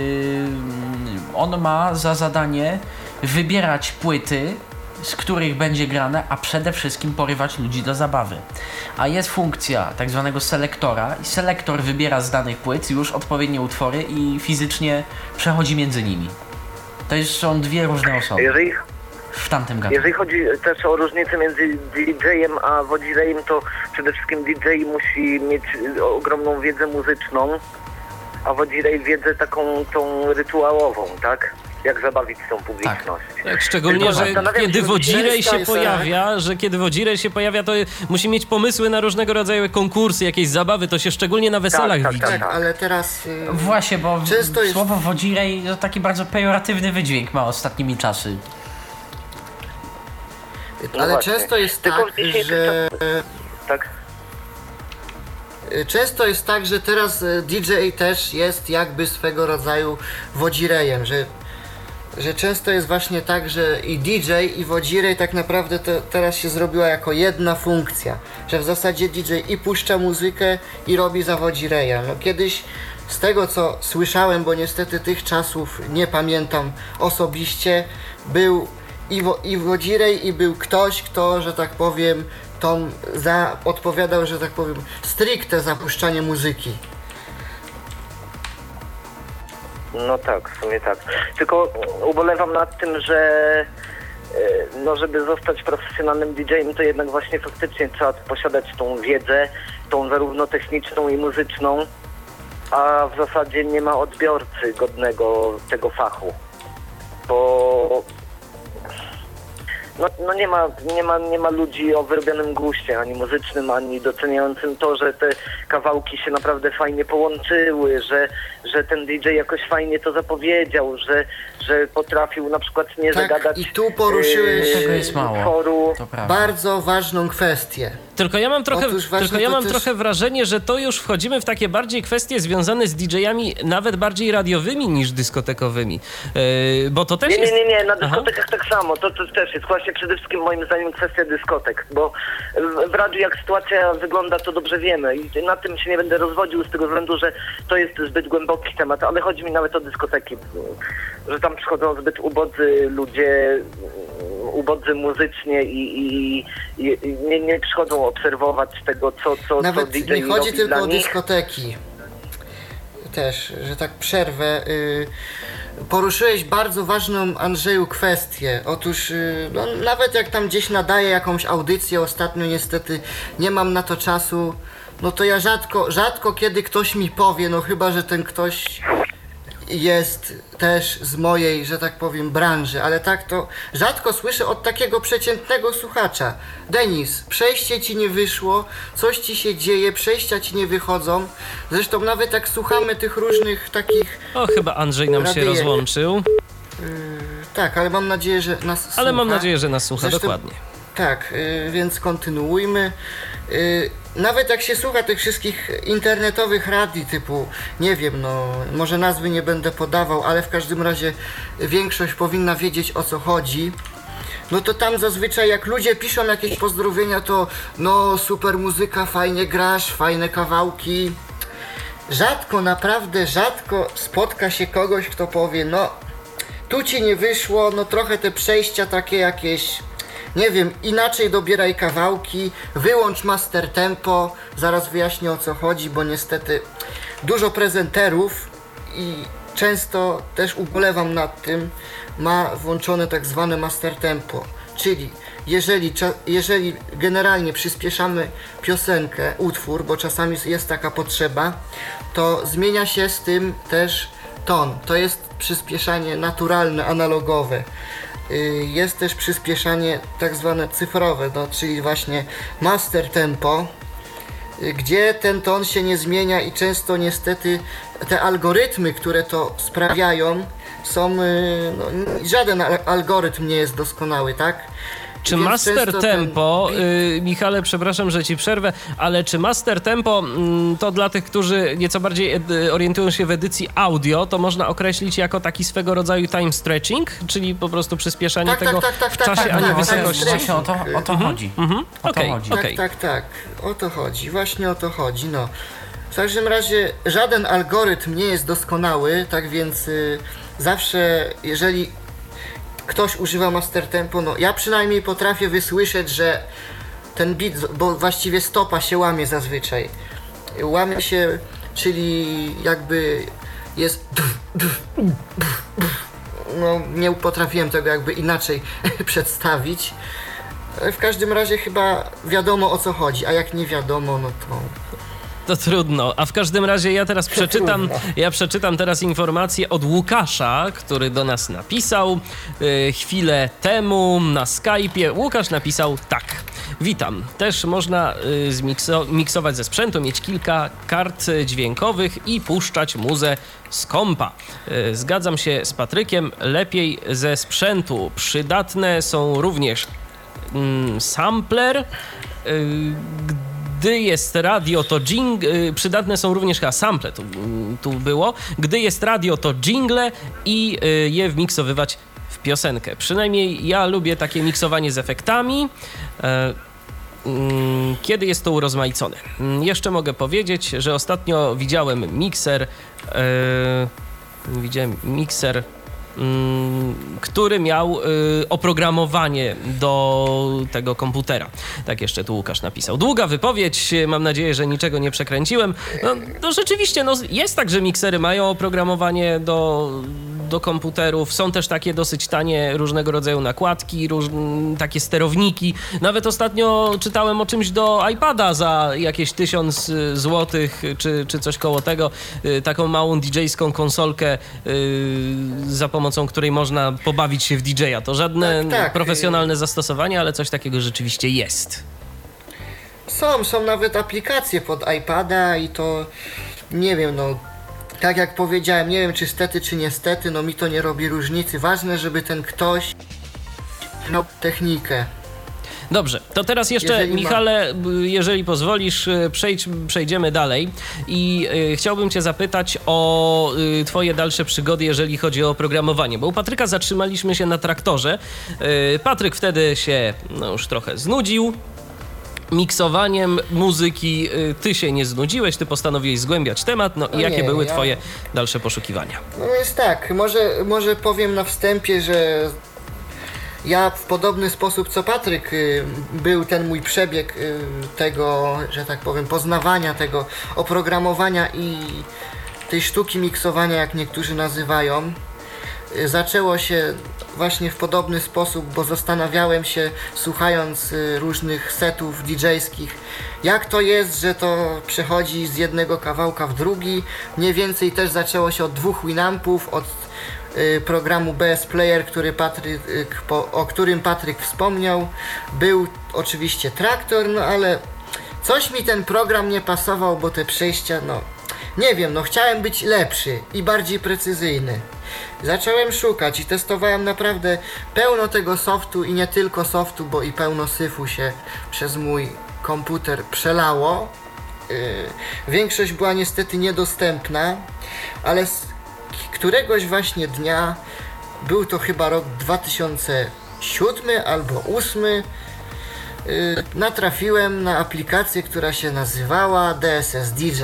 on ma za zadanie wybierać płyty, z których będzie grane, a przede wszystkim porywać ludzi do zabawy. A jest funkcja tak zwanego selektora i selektor wybiera z danych płyt już odpowiednie utwory i fizycznie przechodzi między nimi. To jest, są dwie różne osoby. Jeżeli... W tamtym gatunku. Jeżeli chodzi też o różnicę między D J-em a wodzirejem, to przede wszystkim D J musi mieć ogromną wiedzę muzyczną, a wodzirej wiedzę taką tą rytuałową, tak? Jak zabawić tą publiczność. Tak, tak szczególnie, że kiedy wodzirej się jest, pojawia, że kiedy wodzirej się pojawia, to musi mieć pomysły na różnego rodzaju konkursy, jakieś zabawy, to się szczególnie na weselach tak, widzi. tak, Tak, tak. ale teraz... Yy, Właśnie, bo Często jest- słowo wodzirej to taki bardzo pejoratywny wydźwięk ma ostatnimi czasy. No ale właśnie. często jest Tylko tak, w dzisiejszych że... Tak. Często jest tak, że teraz D J też jest jakby swego rodzaju wodzirejem, że, że często jest właśnie tak, że i D J i wodzirej tak naprawdę to teraz się zrobiła jako jedna funkcja, że w zasadzie D J i puszcza muzykę i robi za wodzireja. No kiedyś z tego co słyszałem, bo niestety tych czasów nie pamiętam osobiście, był i, wo, i wodzirej i był ktoś, kto, że tak powiem, Tom za, odpowiadał, że tak powiem, stricte za puszczanie muzyki. No tak, w sumie tak. Tylko ubolewam nad tym, że no żeby zostać profesjonalnym D J-em, to jednak właśnie faktycznie trzeba posiadać tą wiedzę, tą zarówno techniczną i muzyczną, a w zasadzie nie ma odbiorcy godnego tego fachu, bo no, no nie ma, nie ma, nie ma ludzi o wyrobionym guście, ani muzycznym, ani doceniającym to, że te kawałki się naprawdę fajnie połączyły, że, że ten D J jakoś fajnie to zapowiedział, że, że potrafił na przykład nie tak, zagadać i tu poruszyłeś Tego jest mało. utworu. To prawda. bardzo ważną kwestię. Tylko ja mam trochę, Otóż właśnie tylko ja to mam też- trochę wrażenie, że to już wchodzimy w takie bardziej kwestie związane z D J-ami, nawet bardziej radiowymi niż dyskotekowymi. Yy, bo to też Nie, nie, jest... nie, nie, na Aha. dyskotekach tak samo, to, to też jest właśnie przede wszystkim moim zdaniem kwestia dyskotek, bo w, w radiu jak sytuacja wygląda, to dobrze wiemy i na tym się nie będę rozwodził z tego względu, że to jest zbyt głęboki temat, ale chodzi mi nawet o dyskoteki, że tam przychodzą zbyt ubodzy ludzie, ubodzy muzycznie i, i, i, i nie, nie przychodzą obserwować tego, co, co, Nawet co D J nie chodzi robi tylko dla o nich. dyskoteki. Też, że tak przerwę. Yy, poruszyłeś bardzo ważną, Andrzeju, kwestię. Otóż yy, no, nawet jak tam gdzieś nadaję jakąś audycję, ostatnio niestety nie mam na to czasu, no to ja rzadko, rzadko kiedy ktoś mi powie, no chyba, że ten ktoś jest też z mojej, że tak powiem, branży, ale tak to rzadko słyszę od takiego przeciętnego słuchacza. Denis, przejście ci nie wyszło, coś ci się dzieje, przejścia ci nie wychodzą. Zresztą nawet jak słuchamy tych różnych takich... O, chyba Andrzej nam się Radyjek. rozłączył, Yy, tak, ale mam nadzieję, że nas ale słucha. mam nadzieję, że nas słucha Zresztą- dokładnie. Tak, yy, więc kontynuujmy. Yy, nawet jak się słucha tych wszystkich internetowych radii typu, nie wiem, no może nazwy nie będę podawał, ale w każdym razie większość powinna wiedzieć, o co chodzi. No to tam zazwyczaj jak ludzie piszą jakieś pozdrowienia, to no super muzyka, fajnie grasz, fajne kawałki. Rzadko, naprawdę rzadko spotka się kogoś, kto powie, no tu ci nie wyszło, no trochę te przejścia takie jakieś, nie wiem, inaczej dobieraj kawałki, wyłącz master tempo, zaraz wyjaśnię, o co chodzi, bo niestety dużo prezenterów i często też ubolewam nad tym, ma włączone tak zwane master tempo, czyli jeżeli, cza- jeżeli generalnie przyspieszamy piosenkę, utwór, bo czasami jest taka potrzeba, to zmienia się z tym też ton. To jest przyspieszanie naturalne, analogowe. Y, Jest też przyspieszanie tak zwane cyfrowe, no, czyli właśnie master tempo, y, gdzie ten ton się nie zmienia i często niestety te algorytmy, które to sprawiają, są, y, no, żaden al- algorytm nie jest doskonały, tak? Czy Więc master często ten tempo, beat- y, Michale, przepraszam, że ci przerwę, ale czy master tempo mm, to dla tych, którzy nieco bardziej ed- orientują się w edycji audio, to można określić jako taki swego rodzaju time stretching, czyli po prostu przyspieszanie Tak, tak, tego tak, tak, w tak, czasie, tak, a nie tak, wysokości? tak, Właśnie o to, o to chodzi. Mhm, O to okej, chodzi. Tak, okej. tak, tak. O to chodzi. Właśnie o to chodzi. No. W każdym razie żaden algorytm nie jest doskonały, tak więc y, zawsze jeżeli ktoś używa master tempo, no ja przynajmniej potrafię wysłyszeć, że ten beat, bo właściwie stopa się łamie zazwyczaj. Łamie się, czyli jakby jest... No nie potrafiłem tego jakby inaczej przedstawić. W każdym razie chyba wiadomo, o co chodzi, a jak nie wiadomo, no to... To trudno. A w każdym razie ja teraz przeczytam, ja przeczytam teraz informację od Łukasza, który do nas napisał y, chwilę temu na Skype'ie. Łukasz napisał tak. Witam. Też można y, zmikso- miksować ze sprzętu, mieć kilka kart dźwiękowych i puszczać muzę z kompa. Y, zgadzam się z Patrykiem. Lepiej ze sprzętu. Przydatne są również mm, sampler, y, Gdy jest radio, to dżing... Przydatne są również chyba sample, tu, tu było. Gdy jest radio, to dżingle i je wmiksowywać w piosenkę. Przynajmniej ja lubię takie miksowanie z efektami, kiedy jest to urozmaicone. Jeszcze mogę powiedzieć, że ostatnio widziałem mikser... Widziałem mikser... który miał y, oprogramowanie do tego komputera. Tak jeszcze tu Łukasz napisał. Długa wypowiedź, mam nadzieję, że niczego nie przekręciłem. No, no rzeczywiście, no, jest tak, że miksery mają oprogramowanie do, do komputerów. Są też takie dosyć tanie różnego rodzaju nakładki, róż, takie sterowniki. Nawet ostatnio czytałem o czymś do iPada za jakieś tysiąc złotych, czy, czy coś koło tego. Taką małą didżejską konsolkę, za pomocą której można pobawić się w didżeja. To żadne tak, tak. profesjonalne zastosowanie, ale coś takiego rzeczywiście jest. Są, są nawet aplikacje pod iPada i to nie wiem, no tak jak powiedziałem, nie wiem czy stety czy niestety, no mi to nie robi różnicy. Ważne, żeby ten ktoś miał technikę. Dobrze, to teraz jeszcze, jeżeli Michale, ma... jeżeli pozwolisz, przejdź, przejdziemy dalej i y, chciałbym cię zapytać o y, twoje dalsze przygody, jeżeli chodzi o oprogramowanie, bo u Patryka zatrzymaliśmy się na traktorze. Y, Patryk wtedy się no, już trochę znudził miksowaniem muzyki. Y, ty się nie znudziłeś, ty postanowiłeś zgłębiać temat, no, no i jakie nie, były ja... twoje dalsze poszukiwania? No jest tak, może, może powiem na wstępie, że ja w podobny sposób co Patryk y, był ten mój przebieg y, tego, że tak powiem, poznawania tego oprogramowania i tej sztuki miksowania, jak niektórzy nazywają. Y, zaczęło się właśnie w podobny sposób, bo zastanawiałem się, słuchając y, różnych setów didżejskich, jak to jest, że to przechodzi z jednego kawałka w drugi. Mniej więcej też zaczęło się od dwóch Winampów, od programu B S Player, który Patryk, o którym Patryk wspomniał. Był oczywiście Traktor, no ale coś mi ten program nie pasował, bo te przejścia, no nie wiem, no chciałem być lepszy i bardziej precyzyjny. Zacząłem szukać i testowałem naprawdę pełno tego softu i nie tylko softu, bo i pełno syfu się przez mój komputer przelało. Yy, większość była niestety niedostępna, ale któregoś właśnie dnia, był to chyba rok dwa tysiące siódmy albo ósmy, yy, natrafiłem na aplikację, która się nazywała D S S D J.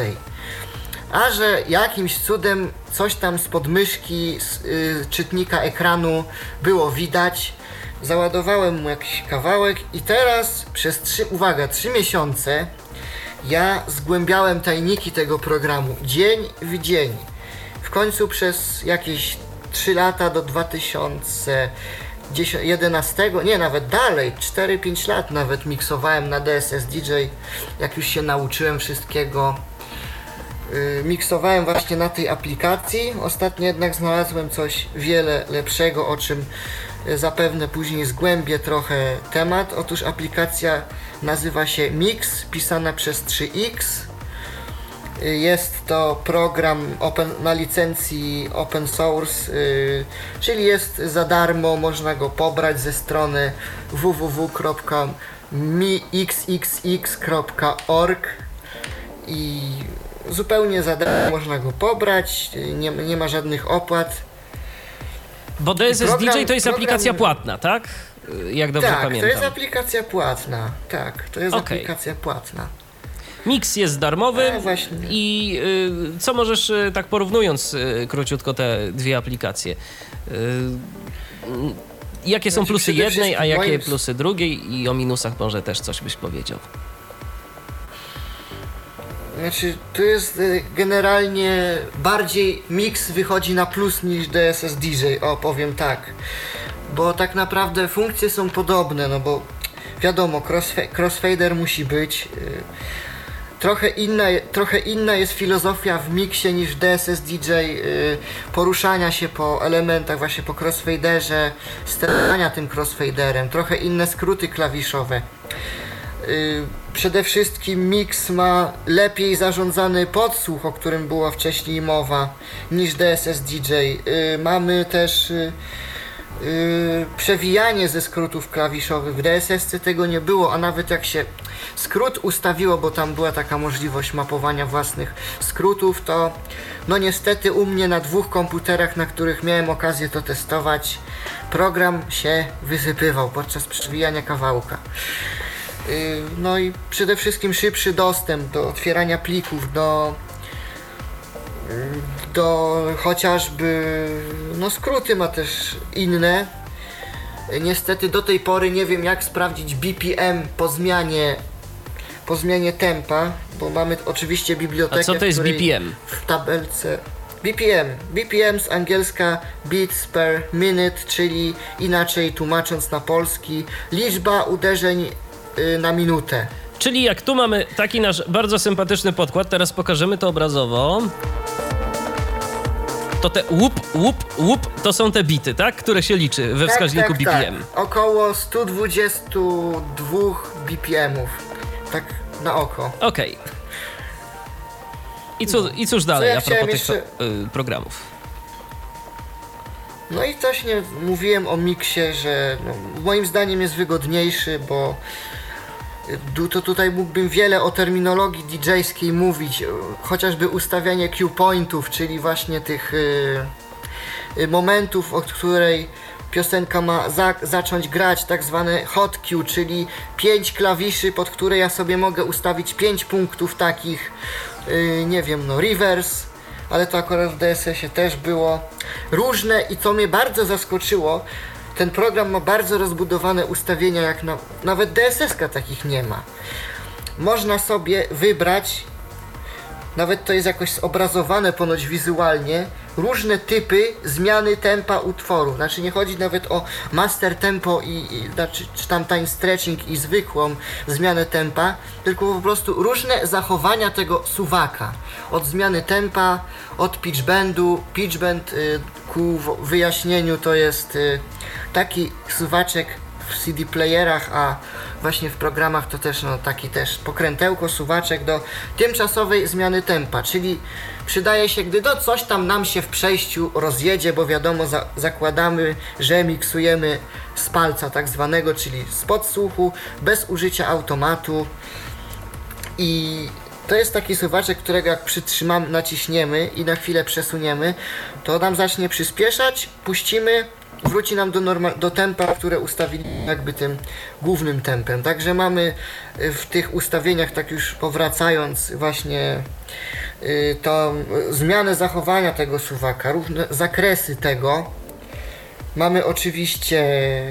A że jakimś cudem coś tam z podmyszki z yy, czytnika ekranu było widać, załadowałem mu jakiś kawałek i teraz przez trzy, uwaga, trzy miesiące ja zgłębiałem tajniki tego programu dzień w dzień. W końcu przez jakieś trzy lata do dwa tysiące jedenastego, nie, nawet dalej, cztery pięć lat nawet miksowałem na D S S D J, jak już się nauczyłem wszystkiego. Yy, miksowałem właśnie na tej aplikacji. Ostatnio jednak znalazłem coś wiele lepszego, o czym zapewne później zgłębię trochę temat. Otóż aplikacja nazywa się Mix, pisana przez trzy X. Jest to program open, na licencji open source, yy, czyli jest za darmo, można go pobrać ze strony w w w kropka mixxx kropka org i zupełnie za darmo można go pobrać, nie, nie ma żadnych opłat. Bo D S S D J to jest program... aplikacja płatna, tak? Jak dobrze tak, pamiętam. Tak, to jest aplikacja płatna, tak, to jest okay. aplikacja płatna. Mix jest darmowy. A, właśnie. I y, co możesz, y, tak porównując y, króciutko te dwie aplikacje, y, y, jakie znaczy, są plusy jednej, a jakie moim... plusy drugiej i o minusach może też coś byś powiedział? Znaczy, tu jest y, generalnie bardziej Mix wychodzi na plus niż D S S D J, o powiem tak. Bo tak naprawdę funkcje są podobne, no bo wiadomo, crossfa- crossfader musi być. Y, Trochę inna, trochę inna jest filozofia w miksie niż w D S S D J, yy, poruszania się po elementach, właśnie po crossfaderze, sterowania tym crossfaderem, trochę inne skróty klawiszowe. Yy, przede wszystkim Mix ma lepiej zarządzany podsłuch, o którym była wcześniej mowa, niż D S S D J. Yy, mamy też yy, yy, przewijanie ze skrótów klawiszowych. W D S S C tego nie było, a nawet jak się skrót ustawiło, bo tam była taka możliwość mapowania własnych skrótów, to no niestety u mnie na dwóch komputerach, na których miałem okazję to testować, program się wysypywał podczas przewijania kawałka. Yy, no i przede wszystkim szybszy dostęp do otwierania plików, do do chociażby, no skróty ma też inne. Niestety do tej pory nie wiem, jak sprawdzić B P M po zmianie po zmianie tempa, bo mamy oczywiście bibliotekę, A co to jest w, B P M? w tabelce B P M. B P M z angielska beats per minute, czyli inaczej tłumacząc na polski, liczba uderzeń yy, na minutę. Czyli jak tu mamy taki nasz bardzo sympatyczny podkład, teraz pokażemy to obrazowo, to te łup, łup, łup to są te bity, tak? Które się liczy we tak, wskaźniku tak, B P M. Tak. Około sto dwadzieścia dwa B P M-ów. Tak na oko. Okej. Okay. I, co, I cóż dalej ja a propos tych jeszcze... y, programów? No i właśnie mówiłem o miksie, że no, moim zdaniem jest wygodniejszy, bo to tutaj mógłbym wiele o terminologii didżejskiej mówić, chociażby ustawianie cue pointów, czyli właśnie tych y, y, momentów, od której piosenka ma za, zacząć grać, tak zwane hot cue, czyli pięć klawiszy, pod które ja sobie mogę ustawić pięć punktów takich, y, nie wiem, no reverse, ale to akurat w D S S-ie też było różne i co mnie bardzo zaskoczyło, ten program ma bardzo rozbudowane ustawienia, jak na, nawet D S S-ka takich nie ma. Można sobie wybrać, nawet to jest jakoś zobrazowane ponoć wizualnie, różne typy zmiany tempa utworu. Znaczy nie chodzi nawet o master tempo i, i znaczy, czy tam time stretching i zwykłą zmianę tempa, tylko po prostu różne zachowania tego suwaka. Od zmiany tempa, od pitch bendu. Pitch bend y, ku wyjaśnieniu to jest y, taki suwaczek w C D playerach, a właśnie w programach to też no, taki też pokrętełko, suwaczek do tymczasowej zmiany tempa, czyli przydaje się, gdy do coś tam nam się w przejściu rozjedzie, bo wiadomo, za, zakładamy, że miksujemy z palca tak zwanego, czyli z podsłuchu, bez użycia automatu i to jest taki suwaczek, którego jak przytrzymamy, naciśniemy i na chwilę przesuniemy, to nam zacznie przyspieszać, puścimy, wróci nam do, norma- do tempa, które ustawiliśmy jakby tym głównym tempem. Także mamy w tych ustawieniach, tak już powracając właśnie yy, tą zmianę zachowania tego suwaka, różne zakresy tego. Mamy oczywiście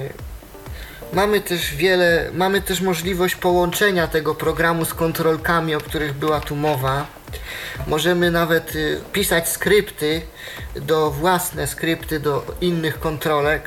Mamy też wiele, mamy też możliwość połączenia tego programu z kontrolkami, o których była tu mowa. Możemy nawet y, pisać skrypty, do własne skrypty do innych kontrolek.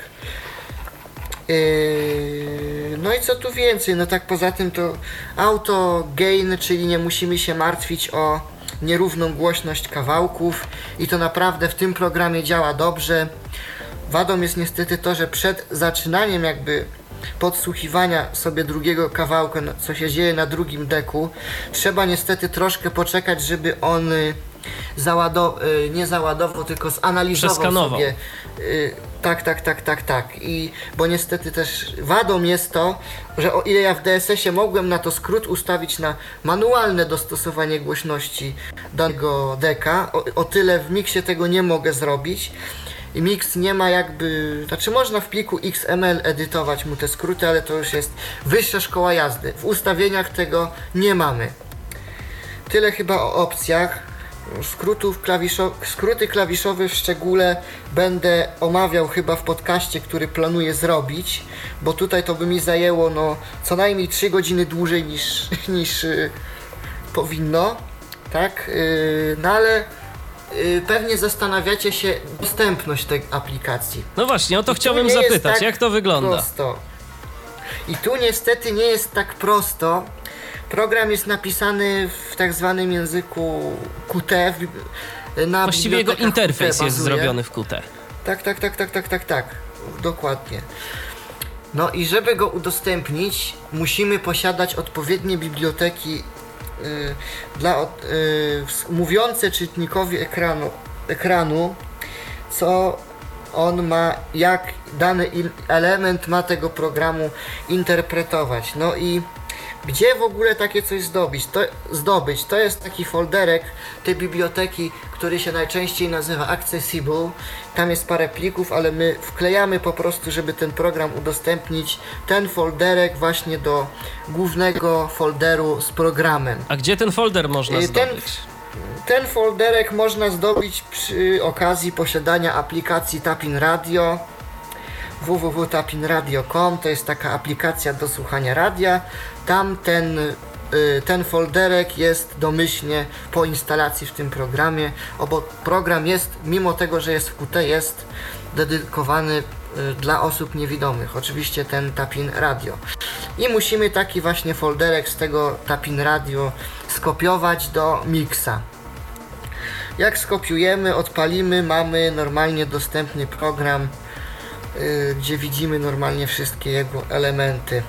Yy, no i co tu więcej, no tak poza tym to auto gain, czyli nie musimy się martwić o nierówną głośność kawałków i to naprawdę w tym programie działa dobrze. Wadą jest niestety to, że przed zaczynaniem jakby podsłuchiwania sobie drugiego kawałka, co się dzieje na drugim deku, trzeba niestety troszkę poczekać, żeby on załadował, nie załadował, tylko zanalizował sobie. Tak, tak, tak, tak, tak. I bo niestety też wadą jest to, że o ile ja w D S S-ie mogłem na to skrót ustawić na manualne dostosowanie głośności danego deka, o, o tyle w miksie tego nie mogę zrobić. I mix nie ma jakby, znaczy można w pliku X M L edytować mu te skróty, ale to już jest wyższa szkoła jazdy. W ustawieniach tego nie mamy. Tyle chyba o opcjach. Skrótów klawiszo- skróty klawiszowe w szczególe będę omawiał chyba w podcaście, który planuję zrobić, bo tutaj to by mi zajęło no co najmniej trzy godziny dłużej niż, niż yy, powinno, tak? Yy, no ale pewnie zastanawiacie się dostępność tej aplikacji. No właśnie, o to chciałbym zapytać, tak jak to wygląda? Prosto. I tu niestety nie jest tak prosto. Program jest napisany w tak zwanym języku Qt. Na Właściwie jego interfejs jest zrobiony w Qt. Tak, tak, tak, tak, tak, tak, tak. Dokładnie. No i żeby go udostępnić, musimy posiadać odpowiednie biblioteki Yy, dla yy, mówiące czytnikowi ekranu, ekranu, co on ma, jak dany element ma tego programu interpretować. No i gdzie w ogóle takie coś zdobyć? To, zdobyć? to jest taki folderek tej biblioteki, który się najczęściej nazywa Accessible. Tam jest parę plików, ale my wklejamy po prostu, żeby ten program udostępnić, ten folderek właśnie do głównego folderu z programem. A gdzie ten folder można ten, zdobyć? Ten folderek można zdobyć przy okazji posiadania aplikacji Tapin Radio. w w w kropka tapin radio kropka com to jest taka aplikacja do słuchania radia. Tam ten ten folderek jest domyślnie po instalacji w tym programie, bo program jest, mimo tego, że jest w Qt, jest dedykowany dla osób niewidomych, oczywiście ten Tapin Radio. I musimy taki właśnie folderek z tego Tapin Radio skopiować do Mixa. Jak skopiujemy, odpalimy, mamy normalnie dostępny program, yy, gdzie widzimy normalnie wszystkie jego elementy.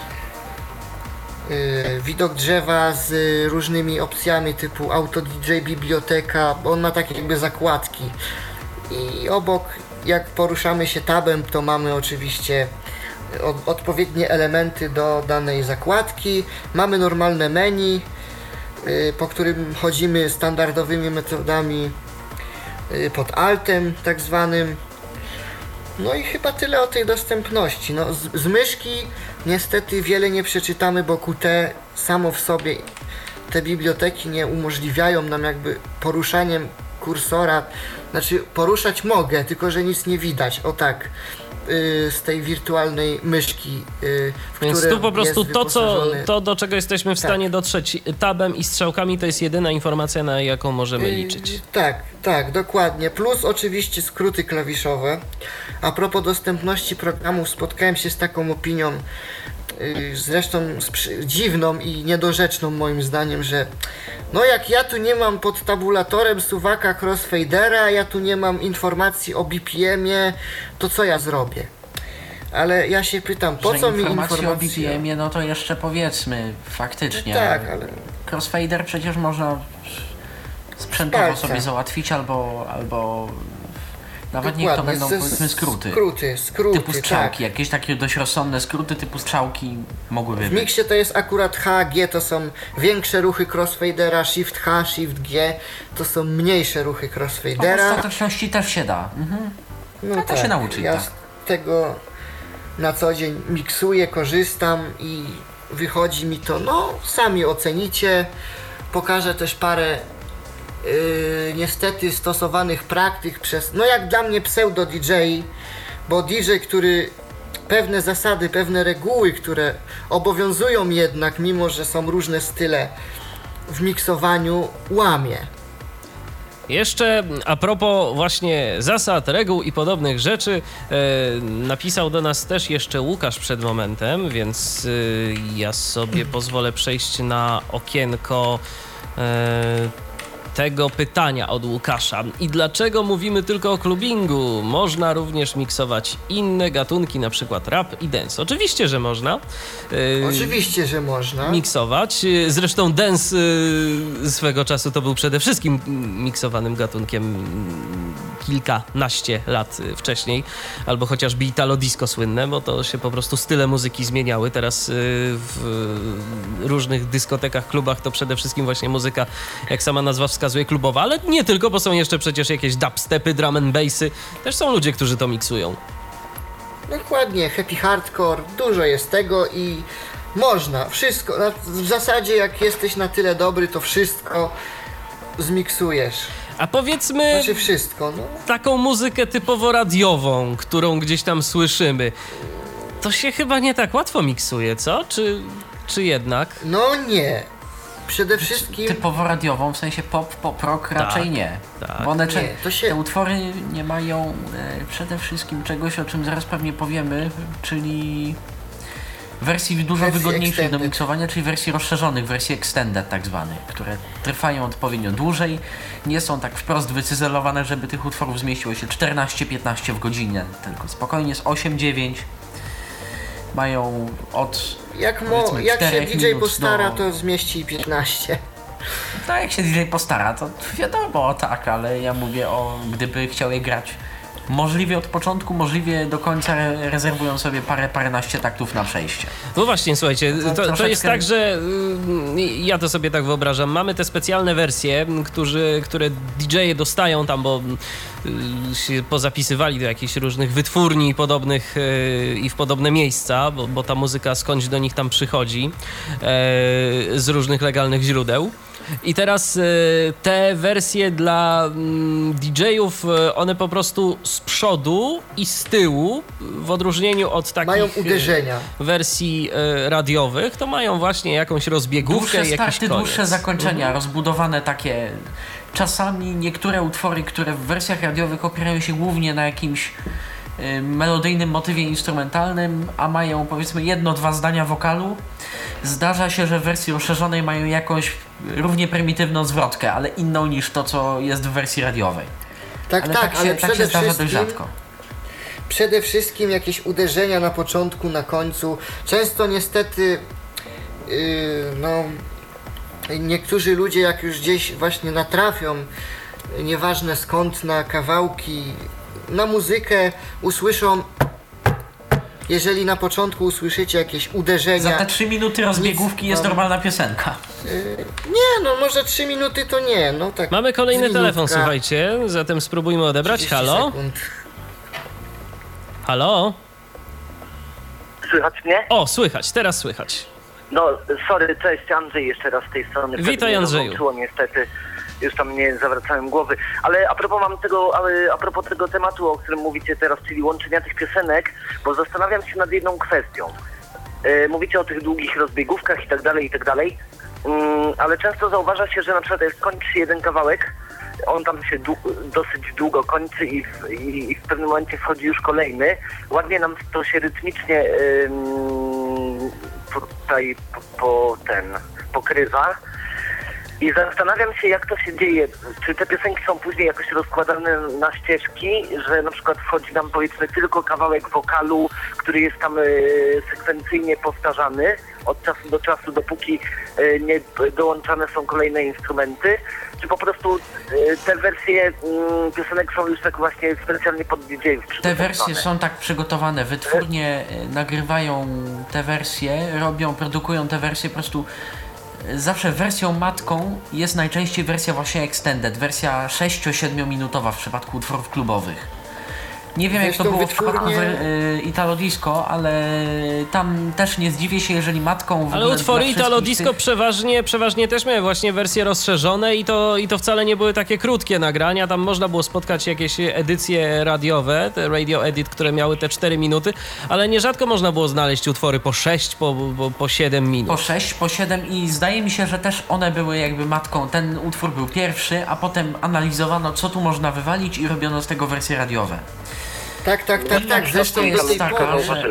Yy, widok drzewa z różnymi opcjami typu Auto D J, biblioteka, bo on ma takie jakby zakładki. I obok, jak poruszamy się tabem, to mamy oczywiście od, odpowiednie elementy do danej zakładki. Mamy normalne menu, yy, po którym chodzimy standardowymi metodami yy, pod altem tak zwanym. No i chyba tyle o tej dostępności. No, z, z myszki niestety wiele nie przeczytamy, bo Qt samo w sobie, te biblioteki nie umożliwiają nam jakby poruszaniem kursora. Znaczy poruszać mogę, tylko że nic nie widać. O tak, yy, z tej wirtualnej myszki, yy, w Więc tu po prostu to, co, wyposażony... to, do czego jesteśmy w stanie tak. dotrzeć tabem i strzałkami, to jest jedyna informacja, na jaką możemy liczyć. Yy, tak, tak, dokładnie. Plus oczywiście skróty klawiszowe. A propos dostępności programów, spotkałem się z taką opinią, yy, zresztą sprzy- dziwną i niedorzeczną moim zdaniem, że no jak ja tu nie mam pod tabulatorem suwaka crossfadera, ja tu nie mam informacji o B P M-ie, to co ja zrobię? Ale ja się pytam, po że co mi informacja informacja o B P M-ie, no to jeszcze powiedzmy, faktycznie. No tak, ale... Crossfader przecież można sprzętowo Wsparcia. sobie załatwić, albo, albo nawet Dokładnie, niech to będą ze- powiedzmy skróty. Skróty, skróty, Typu strzałki, tak. jakieś takie dość rozsądne skróty typu strzałki mogłyby W być. Mixie to jest akurat H, G, to są większe ruchy crossfadera, Shift H, Shift G, to są mniejsze ruchy W crossfadera. ostateczności też się da. Mhm. No No to się nauczyć, ja tak. z tego na co dzień miksuję, korzystam i wychodzi mi to, no sami ocenicie. Pokażę też parę yy, niestety stosowanych praktyk przez, no jak dla mnie pseudo D J, bo D J, który pewne zasady, pewne reguły, które obowiązują jednak, mimo że są różne style w miksowaniu, łamie. Jeszcze a propos właśnie zasad, reguł i podobnych rzeczy, e, napisał do nas też jeszcze Łukasz przed momentem, więc e, ja sobie pozwolę przejść na okienko e, tego pytania od Łukasza. I dlaczego mówimy tylko o klubingu? Można również miksować inne gatunki, na przykład rap i dance. Oczywiście, że można. Yy, Oczywiście, że można. miksować. Zresztą dance yy, swego czasu to był przede wszystkim miksowanym gatunkiem kilkanaście lat wcześniej, albo chociażby Italo Disco słynne, bo to się po prostu style muzyki zmieniały. Teraz yy, w różnych dyskotekach, klubach to przede wszystkim właśnie muzyka, jak sama nazwa wskazuje, klubowa, ale nie tylko, bo są jeszcze przecież jakieś dubstepy, drum and bassy. Też są ludzie, którzy to miksują. Dokładnie, happy hardcore, dużo jest tego i można, wszystko, w zasadzie jak jesteś na tyle dobry, to wszystko zmiksujesz. A powiedzmy Znaczy wszystko, no. taką muzykę typowo radiową, którą gdzieś tam słyszymy, to się chyba nie tak łatwo miksuje, co? Czy, czy jednak? No nie. Przede wszystkim... Typowo radiową, w sensie pop, pop rock raczej Tak, nie. tak. Bo one, Nie, cze- to się- te utwory nie mają e, przede wszystkim czegoś, o czym zaraz pewnie powiemy, czyli wersji dużo Wersji wygodniejszych do extended. miksowania, czyli wersji rozszerzonych, wersji extended tak zwanych, które trwają odpowiednio dłużej, nie są tak wprost wycyzelowane, żeby tych utworów zmieściło się czternaście piętnaście w godzinę, tylko spokojnie z osiem dziewięć mają od Jak, mo, powiedzmy jak się czterech D J minut postara, do- to zmieści piętnaście. No jak się D J postara, to wiadomo, tak, ale ja mówię o, gdyby chciał je grać możliwie od początku, możliwie do końca, re- rezerwują sobie parę, paręnaście taktów na przejście. No właśnie, słuchajcie, No to to, to troszeczkę- jest tak, że y, ja to sobie tak wyobrażam, mamy te specjalne wersje, którzy, które D J-e dostają tam, bo y, się pozapisywali do jakichś różnych wytwórni podobnych y, i w podobne miejsca, bo, bo ta muzyka skądś do nich tam przychodzi y, z różnych legalnych źródeł. I teraz te wersje dla didżejów, one po prostu z przodu i z tyłu, w odróżnieniu od takich mają uderzenia. wersji radiowych, to mają właśnie jakąś rozbiegówkę, dłuższe jakiś starty, koniec. dłuższe zakończenia, mhm. rozbudowane takie. Czasami niektóre utwory, które w wersjach radiowych opierają się głównie na jakimś y, melodyjnym motywie instrumentalnym, a mają powiedzmy jedno, dwa zdania wokalu. Zdarza się, że w wersji rozszerzonej mają jakąś równie prymitywną zwrotkę, ale inną niż to, co jest w wersji radiowej. Tak, ale tak, tak się, ale tak przede się zdarza dość wszystkim... rzadko. Przede wszystkim jakieś uderzenia na początku, na końcu. Często niestety yy, no, niektórzy ludzie jak już gdzieś właśnie natrafią, nieważne skąd, na kawałki, na muzykę, usłyszą, jeżeli na początku usłyszycie jakieś uderzenia... Za te trzy minuty rozbiegówki jest normalna piosenka. Yy, nie, no może trzy minuty to nie, no tak. Mamy kolejny minutka, telefon, słuchajcie, zatem spróbujmy odebrać. Halo? sekund. Halo? Słychać mnie? O, słychać, teraz słychać. No, sorry, cześć, Andrzej jeszcze raz z tej strony. Witaj, Andrzeju. Włączyło, niestety, już tam nie zawracałem głowy. Ale a propos mam tego, ale a propos tego tematu, o którym mówicie teraz, czyli łączenia tych piosenek, bo zastanawiam się nad jedną kwestią. Yy, mówicie o tych długich rozbiegówkach i tak dalej, i tak dalej, yy, ale często zauważa się, że na przykład jest kończy się jeden kawałek, on tam się dłu- dosyć długo kończy i w, i, i w pewnym momencie wchodzi już kolejny. Ładnie nam to się rytmicznie yy, tutaj po, po ten pokrywa. I zastanawiam się, jak to się dzieje. Czy te piosenki są później jakoś rozkładane na ścieżki, że na przykład wchodzi nam powiedzmy tylko kawałek wokalu, który jest tam e, sekwencyjnie powtarzany od czasu do czasu, dopóki e, nie dołączane są kolejne instrumenty, czy po prostu e, te wersje m, piosenek są już tak właśnie specjalnie pod didżejów przygotowane? Te wersje są tak przygotowane, wytwórnie nagrywają te wersje, robią, produkują te wersje po prostu. Zawsze wersją matką jest najczęściej wersja właśnie extended, wersja sześcio-siedmiu minutowa w przypadku utworów klubowych. Nie wiem Zresztą jak to było wytwórnie... w przypadku y, Italo Disco, ale tam też nie zdziwię się, jeżeli matką w Ale ogóle utwory Italo Disco tych... przeważnie, przeważnie też miały właśnie wersje rozszerzone i to, i to wcale nie były takie krótkie nagrania. Tam można było spotkać jakieś edycje radiowe, te radio edit, które miały te cztery minuty, ale nierzadko można było znaleźć utwory po sześć, po, po, po siedem minut. Po sześć, po siedem i zdaje mi się, że też one były jakby matką. Ten utwór był pierwszy, a potem analizowano, co tu można wywalić i robiono z tego wersje radiowe. Tak, tak, tak, tak. Zresztą jest do tej taka, pory. że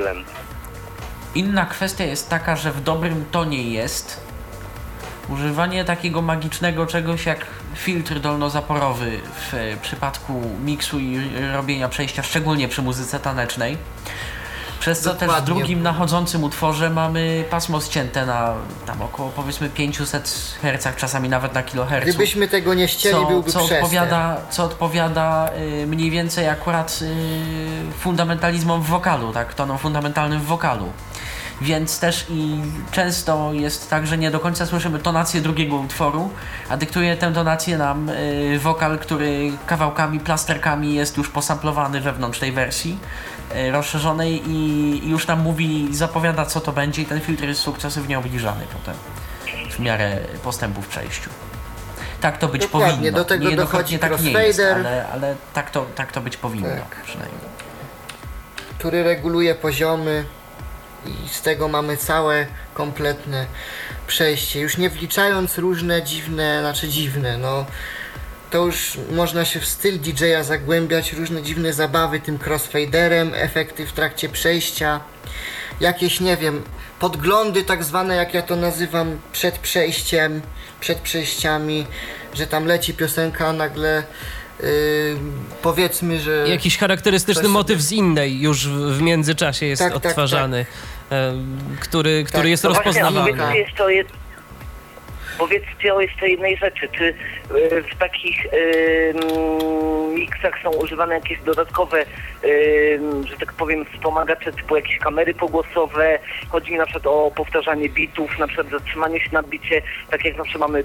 inna kwestia jest taka, że w dobrym tonie jest używanie takiego magicznego czegoś jak filtr dolnozaporowy w przypadku miksu i robienia przejścia, szczególnie przy muzyce tanecznej. Przez co Dokładnie. Też w drugim nachodzącym utworze mamy pasmo ścięte na tam około powiedzmy pięćset herców, czasami nawet na kiloherców. Gdybyśmy tego nie ścięli, co, byłby co przestęp. odpowiada, co odpowiada y, mniej więcej akurat y, fundamentalizmom w wokalu, tak, tonom fundamentalnym w wokalu. Więc też i często jest tak, że nie do końca słyszymy tonację drugiego utworu, a dyktuje tę tonację nam y, wokal, który kawałkami, plasterkami jest już posamplowany wewnątrz tej wersji y, rozszerzonej i już nam mówi, zapowiada co to będzie i ten filtr jest sukcesywnie obniżany potem w miarę postępu w przejściu. Tak to być Dokładnie, powinno. do tego dochodzi tak crossfader, nie jest, ale, ale tak, to, tak to być powinno tak. Przynajmniej. Który reguluje poziomy. I z tego mamy całe, kompletne przejście. Już nie wliczając różne dziwne, znaczy dziwne, no to już można się w styl didżeja zagłębiać, różne dziwne zabawy tym crossfaderem, efekty w trakcie przejścia, jakieś, nie wiem, podglądy tak zwane, jak ja to nazywam, przed przejściem, przed przejściami, że tam leci piosenka, a nagle Yy, powiedzmy, że... Jakiś charakterystyczny sobie... motyw z innej już w, w międzyczasie jest tak, odtwarzany, tak, tak. Yy, który, który tak. jest no rozpoznawalny. Właśnie, jeszcze o jed... Powiedzcie o jeszcze jednej rzeczy. Czy yy, w takich yy, miksach są używane jakieś dodatkowe, yy, że tak powiem, wspomagacze typu jakieś kamery pogłosowe? Chodzi mi na przykład o powtarzanie bitów, na przykład zatrzymanie się na bicie, tak jak na przykład mamy...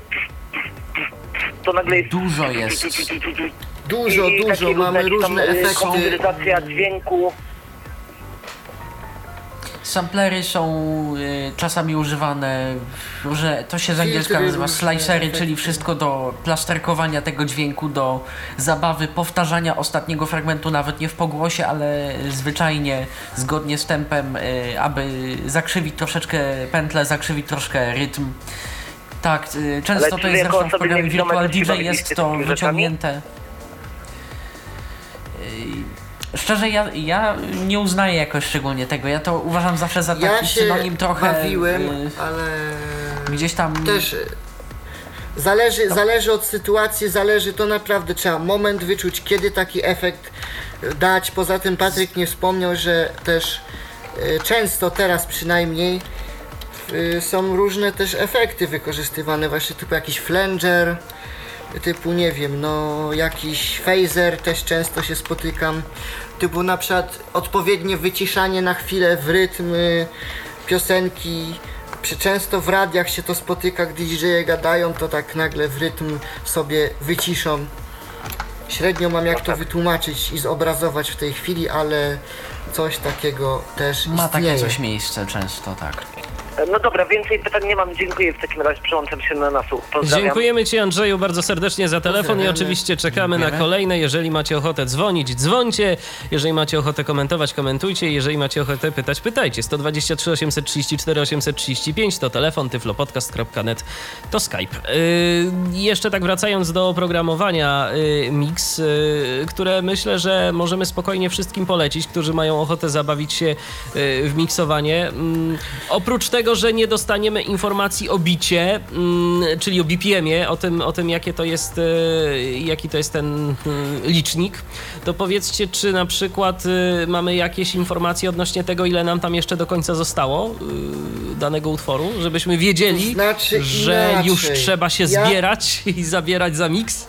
To nagle jest... Dużo jest. Dużo, I dużo, mamy różne efekty. Komputeryzacja dźwięku. Samplery są y, czasami używane, że to się z angielska nazywa slicery, czyli wszystko do plasterkowania tego dźwięku, do zabawy, powtarzania ostatniego fragmentu, nawet nie w pogłosie, ale zwyczajnie, zgodnie z tempem, y, aby zakrzywić troszeczkę pętlę, zakrzywić troszkę rytm. Tak, y, często ale to jest zresztą w programie Virtual D J jest to wyciągnięte. Szczerze, ja, ja nie uznaję jakoś szczególnie tego. Ja to uważam zawsze za taki ja się synonim trochę... bawiłem, y, ale... Gdzieś tam... Też zależy, no. zależy od sytuacji, zależy, to naprawdę trzeba moment wyczuć, kiedy taki efekt dać. Poza tym Patryk nie wspomniał, że też y, często teraz przynajmniej y, są różne też efekty wykorzystywane, właśnie typu jakiś flanger, typu nie wiem, no jakiś phaser też często się spotykam, typu na przykład odpowiednie wyciszanie na chwilę w rytm piosenki. Często w radiach się to spotyka, gdy D J-e gadają, to tak nagle w rytm sobie wyciszą. Średnio mam jak to wytłumaczyć i zobrazować w tej chwili, ale coś takiego też istnieje. Ma takie coś miejsce często, tak. No dobra, więcej pytań nie mam, dziękuję, w takim razie przyłączam się na nasłuch. Pozdrawiam. Dziękujemy Ci, Andrzeju, bardzo serdecznie za telefon i oczywiście czekamy Dziękujemy. na kolejne. Jeżeli macie ochotę dzwonić, dzwońcie, jeżeli macie ochotę komentować, komentujcie, jeżeli macie ochotę pytać, pytajcie. sto dwadzieścia trzy osiemset trzydzieści cztery osiemset trzydzieści pięć to telefon, tyflopodcast kropka net to Skype. Yy, jeszcze tak wracając do oprogramowania yy, Mix, yy, które myślę, że możemy spokojnie wszystkim polecić, którzy mają ochotę zabawić się yy, w miksowanie. Yy, oprócz tego, że nie dostaniemy informacji o bicie, mm, czyli o B P M-ie, o tym, o tym jakie to jest, e, jaki to jest ten e, licznik, to powiedzcie, czy na przykład e, mamy jakieś informacje odnośnie tego, ile nam tam jeszcze do końca zostało e, danego utworu, żebyśmy wiedzieli, to znaczy że inaczej. już trzeba się ja... zbierać i zabierać za miks?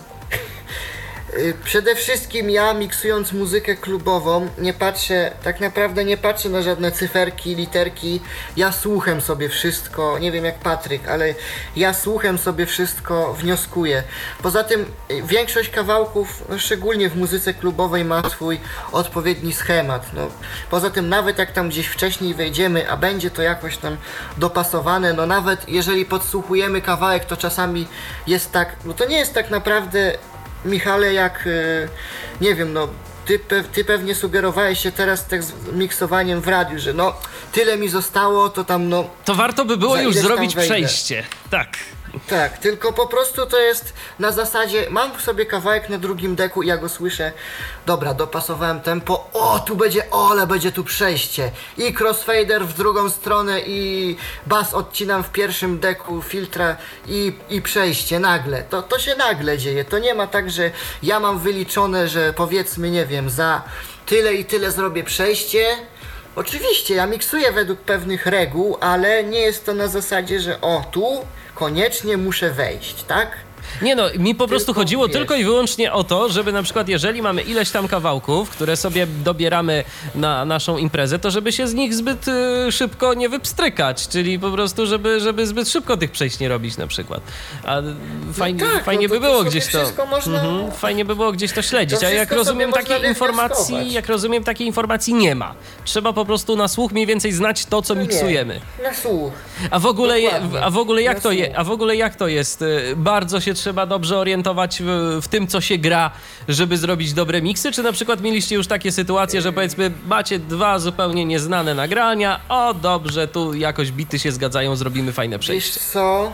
Przede wszystkim ja, miksując muzykę klubową, nie patrzę, tak naprawdę nie patrzę na żadne cyferki, literki. Ja słuchem sobie wszystko, nie wiem jak Patryk, ale ja słuchem sobie wszystko wnioskuję. Poza tym większość kawałków, szczególnie w muzyce klubowej, ma swój odpowiedni schemat. No, poza tym nawet jak tam gdzieś wcześniej wejdziemy, a będzie to jakoś tam dopasowane, no nawet jeżeli podsłuchujemy kawałek, to czasami jest tak, no to nie jest tak naprawdę, Michale, jak, nie wiem, no, ty, pe, ty pewnie sugerowałeś się teraz tak z miksowaniem w radiu, że no, tyle mi zostało, to tam no... To warto by było już zrobić przejście, tak. Tak, tylko po prostu to jest na zasadzie, mam sobie kawałek na drugim deku i ja go słyszę, dobra, dopasowałem tempo, o, tu będzie, ole, będzie tu przejście i crossfader w drugą stronę i bas odcinam w pierwszym deku filtra i, i przejście nagle, to, to się nagle dzieje, to nie ma tak, że ja mam wyliczone, że powiedzmy, nie wiem, za tyle i tyle zrobię przejście. Oczywiście, ja miksuję według pewnych reguł, ale nie jest to na zasadzie, że o, tu koniecznie muszę wejść, tak? Nie no, mi po prostu Tylko, chodziło wiesz, tylko i wyłącznie o to, żeby na przykład jeżeli mamy ileś tam kawałków, które sobie dobieramy na naszą imprezę, to żeby się z nich zbyt y, szybko nie wypstrykać, czyli po prostu żeby, żeby zbyt szybko tych przejść nie robić na przykład. A fajnie, no tak, fajnie no to by było to gdzieś to... Można... Mhm, fajnie by było gdzieś to śledzić, To a jak rozumiem takiej informacji, wywnioskować. jak rozumiem takiej informacji nie ma. Trzeba po prostu na słuch mniej więcej znać to, co No nie, miksujemy. na słuch. A w ogóle, je, Dokładnie. a w ogóle jak Na to je, słuch. a w ogóle jak to jest? Bardzo się trzeba dobrze orientować w, w tym, co się gra, żeby zrobić dobre miksy? Czy na przykład mieliście już takie sytuacje, że powiedzmy macie dwa zupełnie nieznane nagrania, o dobrze, tu jakoś bity się zgadzają, zrobimy fajne przejście. Wiesz co,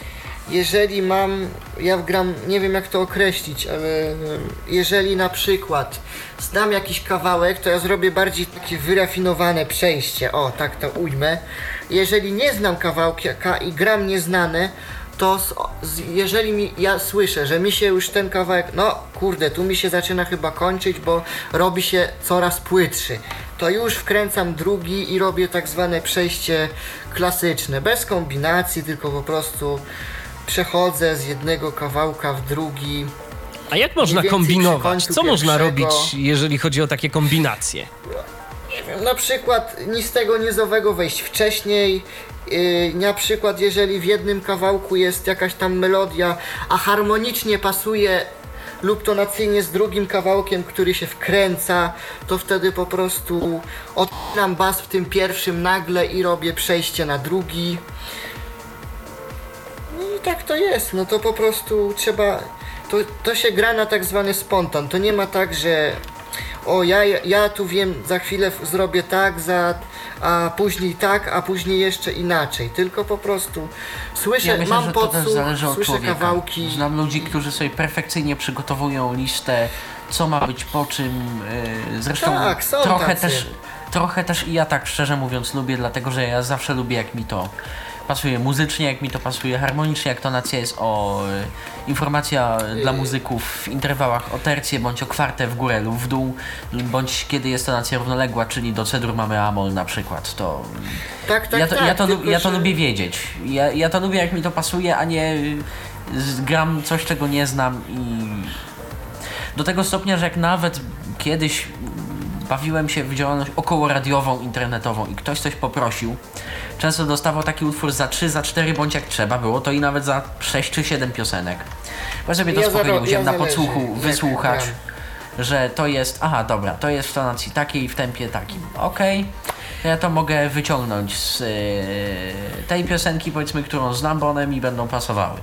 jeżeli mam, ja gram, nie wiem jak to określić, ale jeżeli na przykład znam jakiś kawałek, to ja zrobię bardziej takie wyrafinowane przejście, o tak to ujmę. Jeżeli nie znam kawałka i gram nieznane, to z, z, jeżeli mi, ja słyszę, że mi się już ten kawałek, no kurde, tu mi się zaczyna chyba kończyć, bo robi się coraz płytszy, to już wkręcam drugi i robię tak zwane przejście klasyczne, bez kombinacji, tylko po prostu przechodzę z jednego kawałka w drugi. A jak można kombinować? Co można robić, jeżeli chodzi o takie kombinacje? Nie wiem, na przykład ni z tego nizowego wejść wcześniej. Yy, na przykład jeżeli w jednym kawałku jest jakaś tam melodia, a harmonicznie pasuje lub tonacyjnie z drugim kawałkiem, który się wkręca, to wtedy po prostu odpinam bas w tym pierwszym nagle i robię przejście na drugi. I tak to jest, no to po prostu trzeba, to, to się gra na tak zwany spontan, to nie ma tak, że o ja, ja tu wiem, za chwilę zrobię tak, za, a później tak, a później jeszcze inaczej, tylko po prostu słyszę, ja myślę, mam że to podsłuch, też zależy od słyszę człowieka. kawałki. Znam ludzi, którzy sobie perfekcyjnie przygotowują listę, co ma być po czym, yy, zresztą tak, są trochę tacy. też, trochę też i ja tak szczerze mówiąc lubię, dlatego że ja zawsze lubię, jak mi to pasuje muzycznie, jak mi to pasuje harmonicznie, jak tonacja jest o y, informacja y, dla muzyków w interwałach o tercję bądź o kwartę w górę lub w dół, bądź kiedy jest tonacja równoległa, czyli do C-dur mamy amol na przykład, to tak, tak, ja to, tak, ja to, tylko, ja to że... lubię wiedzieć. Ja, ja to lubię, jak mi to pasuje, a nie y, gram coś, czego nie znam i do tego stopnia, że jak nawet kiedyś bawiłem się w działalność okołoradiową, internetową i ktoś coś poprosił, często dostawał taki utwór za trzy, za cztery, bądź jak trzeba było, to i nawet za sześć czy siedem piosenek. Bo sobie to Ja spokojnie za- musiałem ja na zależy, podsłuchu jak wysłuchać, gram. że to jest, aha dobra, to jest w tonacji takiej, w tempie takim, okej, to ja to mogę wyciągnąć z yy, tej piosenki, powiedzmy, którą znam, bo one mi będą pasowały.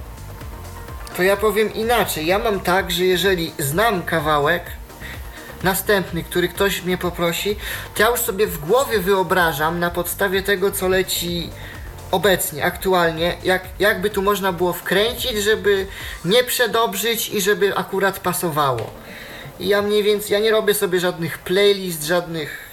To ja powiem inaczej, ja mam tak, że jeżeli znam kawałek następny, który ktoś mnie poprosi, to ja już sobie w głowie wyobrażam na podstawie tego, co leci obecnie, aktualnie, jak, jakby tu można było wkręcić, żeby nie przedobrzyć i żeby akurat pasowało. I ja mniej więcej, ja nie robię sobie żadnych playlist, żadnych...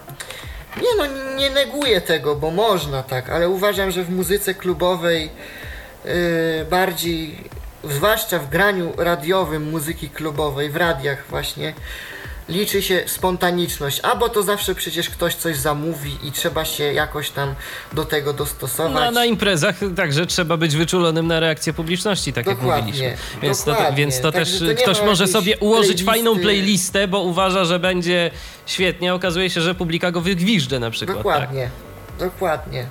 Nie no, nie neguję tego, bo można tak, ale uważam, że w muzyce klubowej yy, bardziej, zwłaszcza w graniu radiowym muzyki klubowej, w radiach właśnie, liczy się spontaniczność, a bo to zawsze przecież ktoś coś zamówi i trzeba się jakoś tam do tego dostosować. No, na imprezach także trzeba być wyczulonym na reakcję publiczności, tak Dokładnie, jak mówiliśmy. Więc to, dokładnie. więc to Także też to nie ktoś ma może jakiejś sobie ułożyć playlisty. fajną playlistę, bo uważa, że będzie świetnie, okazuje się, że publika go wygwiżdże na przykład. Dokładnie, Tak? dokładnie.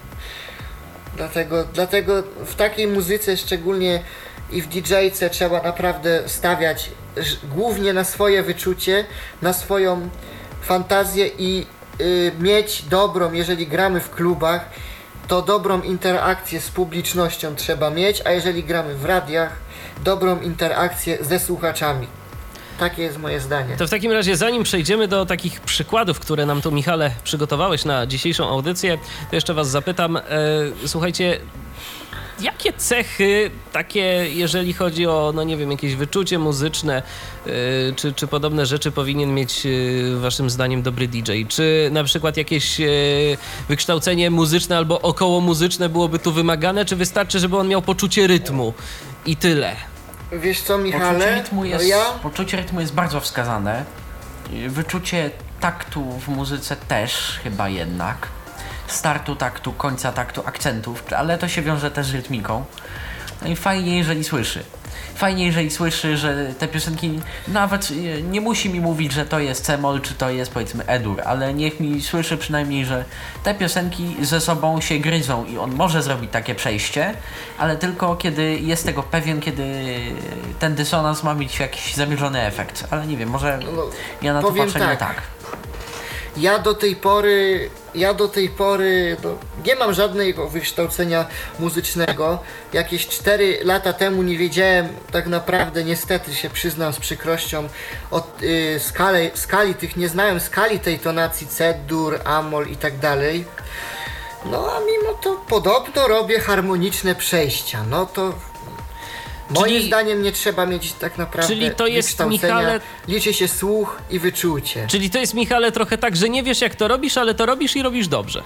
Dlatego, dlatego w takiej muzyce szczególnie i w didżejce trzeba naprawdę stawiać ż- głównie na swoje wyczucie, na swoją fantazję i y, mieć dobrą, jeżeli gramy w klubach, to dobrą interakcję z publicznością trzeba mieć, a jeżeli gramy w radiach, dobrą interakcję ze słuchaczami. Takie jest moje zdanie. To w takim razie, zanim przejdziemy do takich przykładów, które nam tu, Michale, przygotowałeś na dzisiejszą audycję, to jeszcze was zapytam, e, słuchajcie, jakie cechy takie, jeżeli chodzi o, no nie wiem, jakieś wyczucie muzyczne, yy, czy, czy podobne rzeczy powinien mieć yy, waszym zdaniem dobry D J? Czy na przykład jakieś yy, wykształcenie muzyczne albo około muzyczne byłoby tu wymagane, czy wystarczy, żeby on miał poczucie rytmu i tyle? Wiesz co, Michale? Poczucie rytmu jest, no ja... poczucie rytmu jest bardzo wskazane. Wyczucie taktu w muzyce też chyba jednak. Startu taktu, końca taktu, akcentów, ale to się wiąże też z rytmiką. No i fajnie, jeżeli słyszy. Fajnie, jeżeli słyszy, że te piosenki nawet nie musi mi mówić, że to jest C-moll, czy to jest powiedzmy E-dur, ale niech mi słyszy przynajmniej, że te piosenki ze sobą się gryzą i on może zrobić takie przejście, ale tylko kiedy jest tego pewien, kiedy ten dysonans ma mieć jakiś zamierzony efekt. Ale nie wiem, może No, ja na to powiem patrzę tak. nie tak. Ja do tej pory, ja do tej pory no, nie mam żadnego wykształcenia muzycznego. Jakieś cztery lata temu nie wiedziałem, tak naprawdę niestety się przyznam z przykrością, o y, skale, skali tych, nie znałem skali tej tonacji C-dur, amol i tak dalej. No a mimo to podobno robię harmoniczne przejścia, no to... Moim Czyli- zdaniem nie trzeba mieć tak naprawdę Czyli to jest, wykształcenia, Michale- liczy się słuch i wyczucie. Czyli to jest, Michale, trochę tak, że nie wiesz jak to robisz, ale to robisz i robisz dobrze.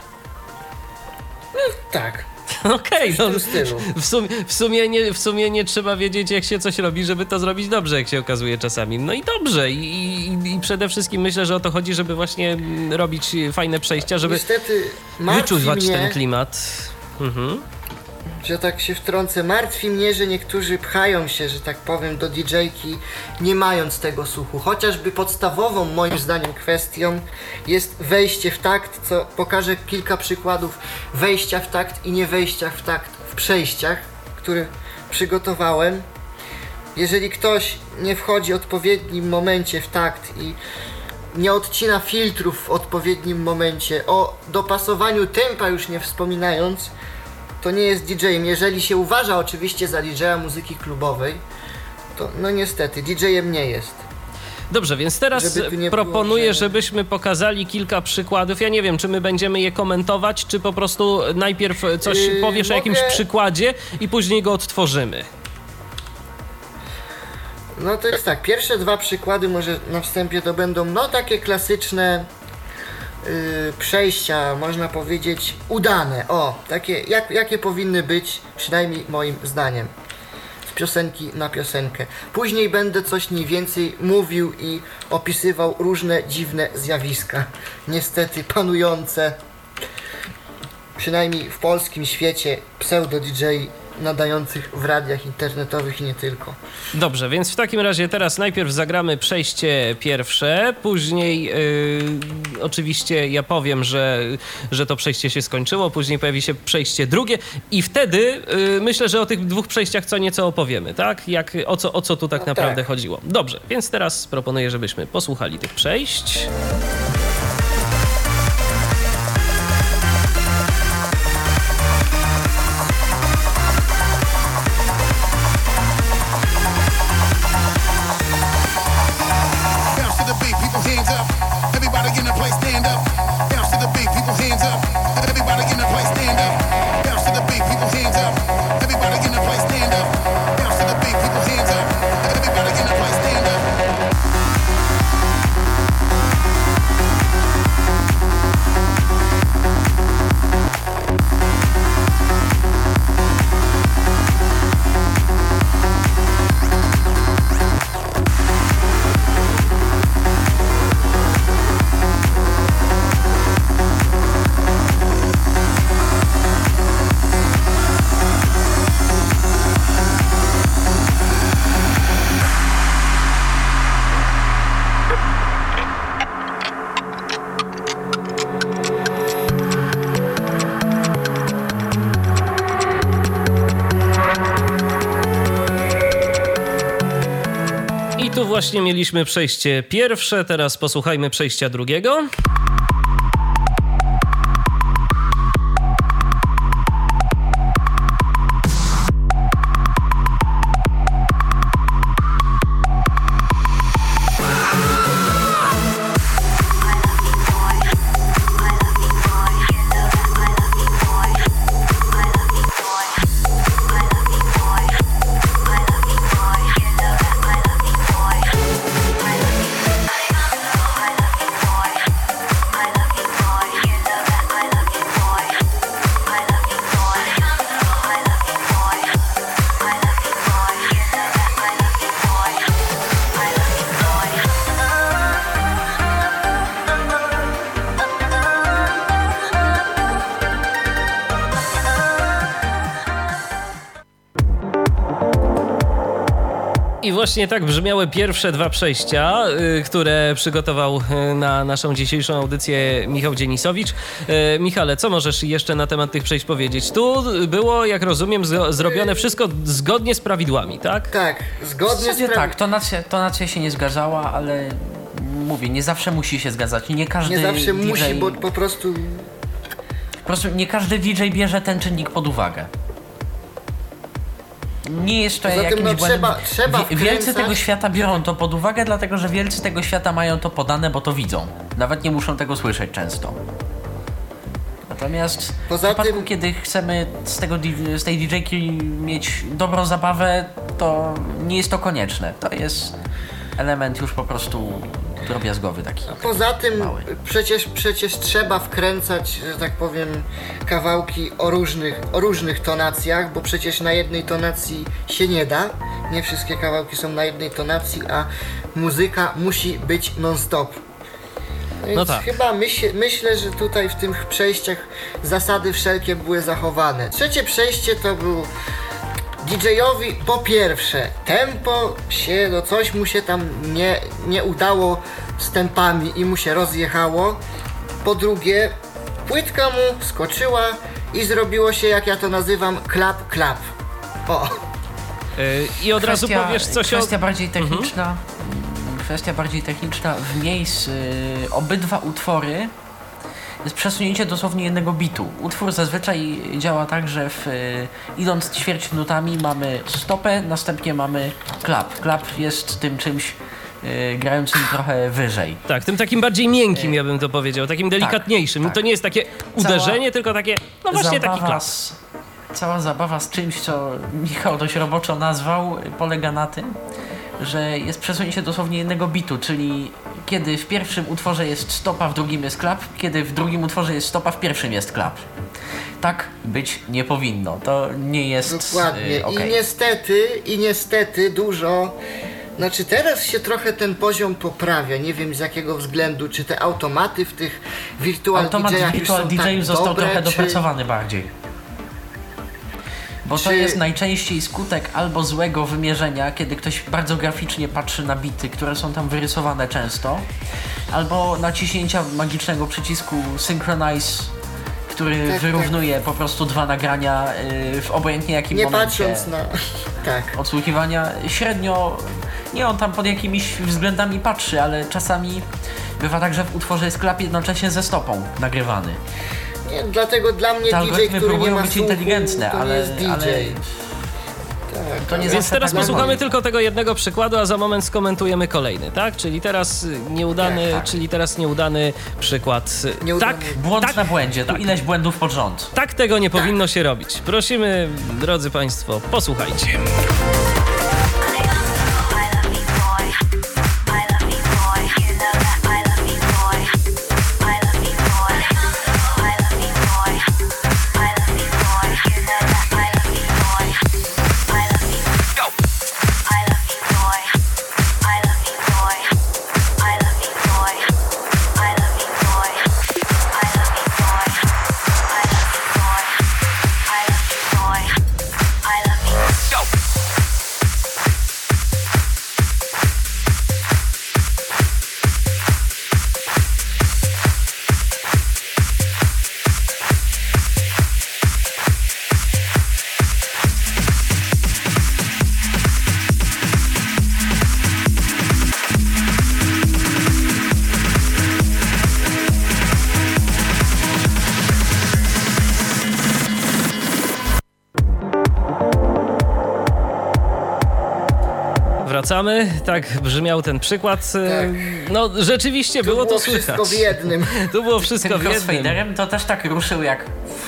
Tak. Okej, W no, tym stylu. w, sum, w, sumie nie, w sumie nie trzeba wiedzieć, jak się coś robi, żeby to zrobić dobrze, jak się okazuje czasami. No i dobrze. I, i, i przede wszystkim myślę, że o to chodzi, żeby właśnie mm, robić fajne przejścia, żeby Niestety martwi wyczuwać mnie, ten klimat. Mhm. że tak się wtrącę, martwi mnie, że niektórzy pchają się, że tak powiem, do didżejki, nie mając tego słuchu. Chociażby podstawową, moim zdaniem, kwestią jest wejście w takt, co pokażę kilka przykładów wejścia w takt i nie wejścia w takt w przejściach, które przygotowałem. jeżeli ktoś nie wchodzi w odpowiednim momencie w takt i nie odcina filtrów w odpowiednim momencie, o dopasowaniu tempa już nie wspominając, to nie jest didżejem. Jeżeli się uważa oczywiście za didżeja muzyki klubowej, to no niestety didżejem nie jest. Dobrze, więc teraz proponuję, było, że... żebyśmy pokazali kilka przykładów. Ja nie wiem, czy my będziemy je komentować, czy po prostu najpierw coś yy, powiesz mogę... o jakimś przykładzie i później go odtworzymy. No to jest tak, pierwsze dwa przykłady może na wstępie to będą no takie klasyczne yy, przejścia, można powiedzieć udane, o, takie jak, jakie powinny być, przynajmniej moim zdaniem, z piosenki na piosenkę. Później będę coś mniej więcej mówił i opisywał różne dziwne zjawiska, niestety panujące, przynajmniej w polskim świecie, pseudo-didżeji nadających w radiach internetowych i nie tylko. Dobrze, więc w takim razie teraz najpierw zagramy przejście pierwsze, później yy, oczywiście ja powiem, że, że to przejście się skończyło, później pojawi się przejście drugie i wtedy yy, myślę, że o tych dwóch przejściach co nieco opowiemy, tak? Jak, o, co, o co tu tak no naprawdę tak. chodziło. Dobrze, więc teraz proponuję, żebyśmy posłuchali tych przejść. Tu właśnie mieliśmy przejście pierwsze, teraz posłuchajmy przejścia drugiego. I właśnie tak brzmiały pierwsze dwa przejścia, y, które przygotował y, na naszą dzisiejszą audycję Michał Dzienisowicz. Y, Michale, co możesz jeszcze na temat tych przejść powiedzieć? Tu było, jak rozumiem, z- zrobione wszystko zgodnie z prawidłami, tak? Tak, zgodnie z prawidłami. Tak, tonacja, tonacja się nie zgadzała, ale mówię, nie zawsze musi się zgadzać. Nie każdy Nie zawsze D J, musi, bo po prostu... Po prostu nie każdy D J bierze ten czynnik pod uwagę. Nie jest to Poza jakimś tym, no, błędem. trzeba, trzeba Wie, wielcy wkręcać... tego świata biorą to pod uwagę, dlatego że wielcy tego świata mają to podane, bo to widzą. Nawet nie muszą tego słyszeć często. Natomiast Poza w przypadku, tym... kiedy chcemy z, tego, z tej D J-ki mieć dobrą zabawę, to nie jest to konieczne. To jest element już po prostu drobiazgowy taki. A poza tym mały. Przecież, przecież trzeba wkręcać, że tak powiem, kawałki o różnych, o różnych tonacjach, bo przecież na jednej tonacji się nie da. Nie wszystkie kawałki są na jednej tonacji, a muzyka musi być non-stop. Więc no tak. chyba myśl, myślę, że tutaj w tych przejściach zasady wszelkie były zachowane. Trzecie przejście to był D J-owi po pierwsze tempo się, no coś mu się tam nie, nie udało z tempami i mu się rozjechało. Po drugie, płytka mu skoczyła i zrobiło się, jak ja to nazywam, klap klap. O. I od kwestia, razu powiesz coś kwestia o... bardziej techniczna. Mhm. Kwestia bardziej techniczna. W miejscu obydwa utwory jest przesunięcie dosłownie jednego bitu. Utwór zazwyczaj działa tak, że w, idąc ćwierć nutami mamy stopę, następnie mamy klap. Klap jest tym czymś yy, grającym trochę wyżej. Tak, tym takim bardziej miękkim, ja bym to powiedział, takim delikatniejszym. Tak, tak. To nie jest takie uderzenie, cała tylko takie, no właśnie taki klap. Z, cała zabawa z czymś, co Michał dość roboczo nazwał, polega na tym, że jest przesunięcie dosłownie jednego bitu, czyli kiedy w pierwszym utworze jest stopa, w drugim jest klap, kiedy w drugim utworze jest stopa, w pierwszym jest klap. Tak być nie powinno. To nie jest dokładnie. Yy, okay. I niestety, i niestety dużo... Znaczy teraz się trochę ten poziom poprawia, nie wiem z jakiego względu, czy te automaty w tych Virtual Automat D J-ach Virtual już są D J tak został dobre, trochę czy... dopracowany bardziej. Bo Czy... to jest najczęściej skutek albo złego wymierzenia, kiedy ktoś bardzo graficznie patrzy na bity, które są tam wyrysowane często, albo naciśnięcia magicznego przycisku Synchronize, który tak, wyrównuje tak. po prostu dwa nagrania yy, w obojętnie jakim nie momencie patrząc na... tak. odsłuchiwania. Średnio, nie on tam pod jakimiś względami patrzy, ale czasami bywa tak, że w utworze jest klap jednocześnie ze stopą nagrywany. Nie, dlatego dla mnie Te D J, który nie ma być słuchu, inteligentne, to ale, nie jest D J. ale... Tak, to nie Więc teraz tak posłuchamy mówi. tylko tego jednego przykładu, a za moment skomentujemy kolejny, tak? Czyli teraz nieudany, tak, tak. czyli teraz nieudany przykład. Nieudany. Tak, Błąd tak, na błędzie, to tak. ileś błędów pod rząd. Tak tego nie powinno się robić. Prosimy, drodzy Państwo, posłuchajcie. Wracamy, tak brzmiał ten przykład. Tak. No rzeczywiście to było, było to słychać. wszystko w jednym. To było wszystko Tym w jednym. crossfaderem to też tak ruszył jak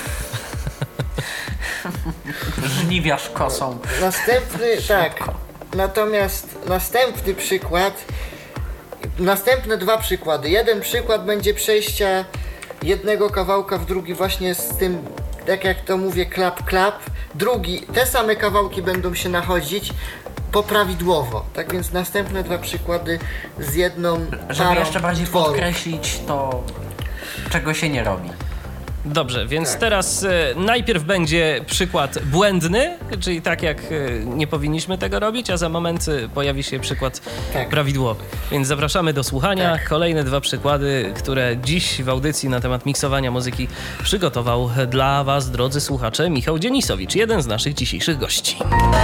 żniwiarz kosą. Następny, tak. Natomiast następny przykład, następne dwa przykłady. Jeden przykład będzie przejścia jednego kawałka w drugi właśnie z tym, tak jak to mówię, klap, klap. Drugi, te same kawałki będą się nachodzić poprawidłowo. Tak więc następne dwa przykłady z jedną Żeby parą jeszcze bardziej tworów. podkreślić to, czego się nie robi. Dobrze, więc tak. teraz e, najpierw będzie przykład błędny, czyli tak jak e, nie powinniśmy tego robić, a za moment e, pojawi się przykład tak. prawidłowy. Więc zapraszamy do słuchania. Tak. Kolejne dwa przykłady, które dziś w audycji na temat miksowania muzyki przygotował dla Was, drodzy słuchacze, Michał Dzienisowicz, jeden z naszych dzisiejszych gości.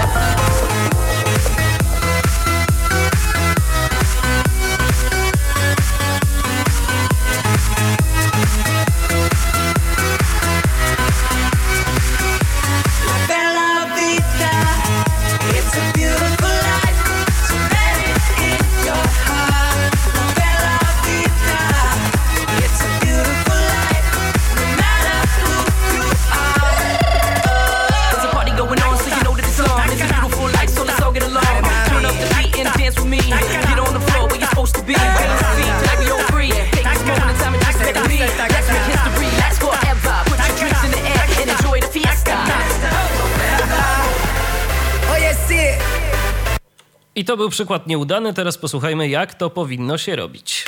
I to był przykład nieudany, teraz posłuchajmy, jak to powinno się robić.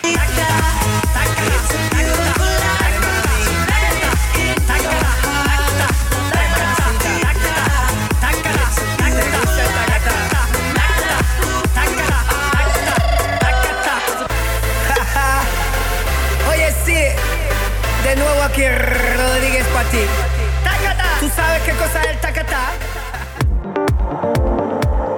Oye, sí, de nuevo aquí Rodríguez para ti. ¿Tú sabes qué cosa es el tacatá?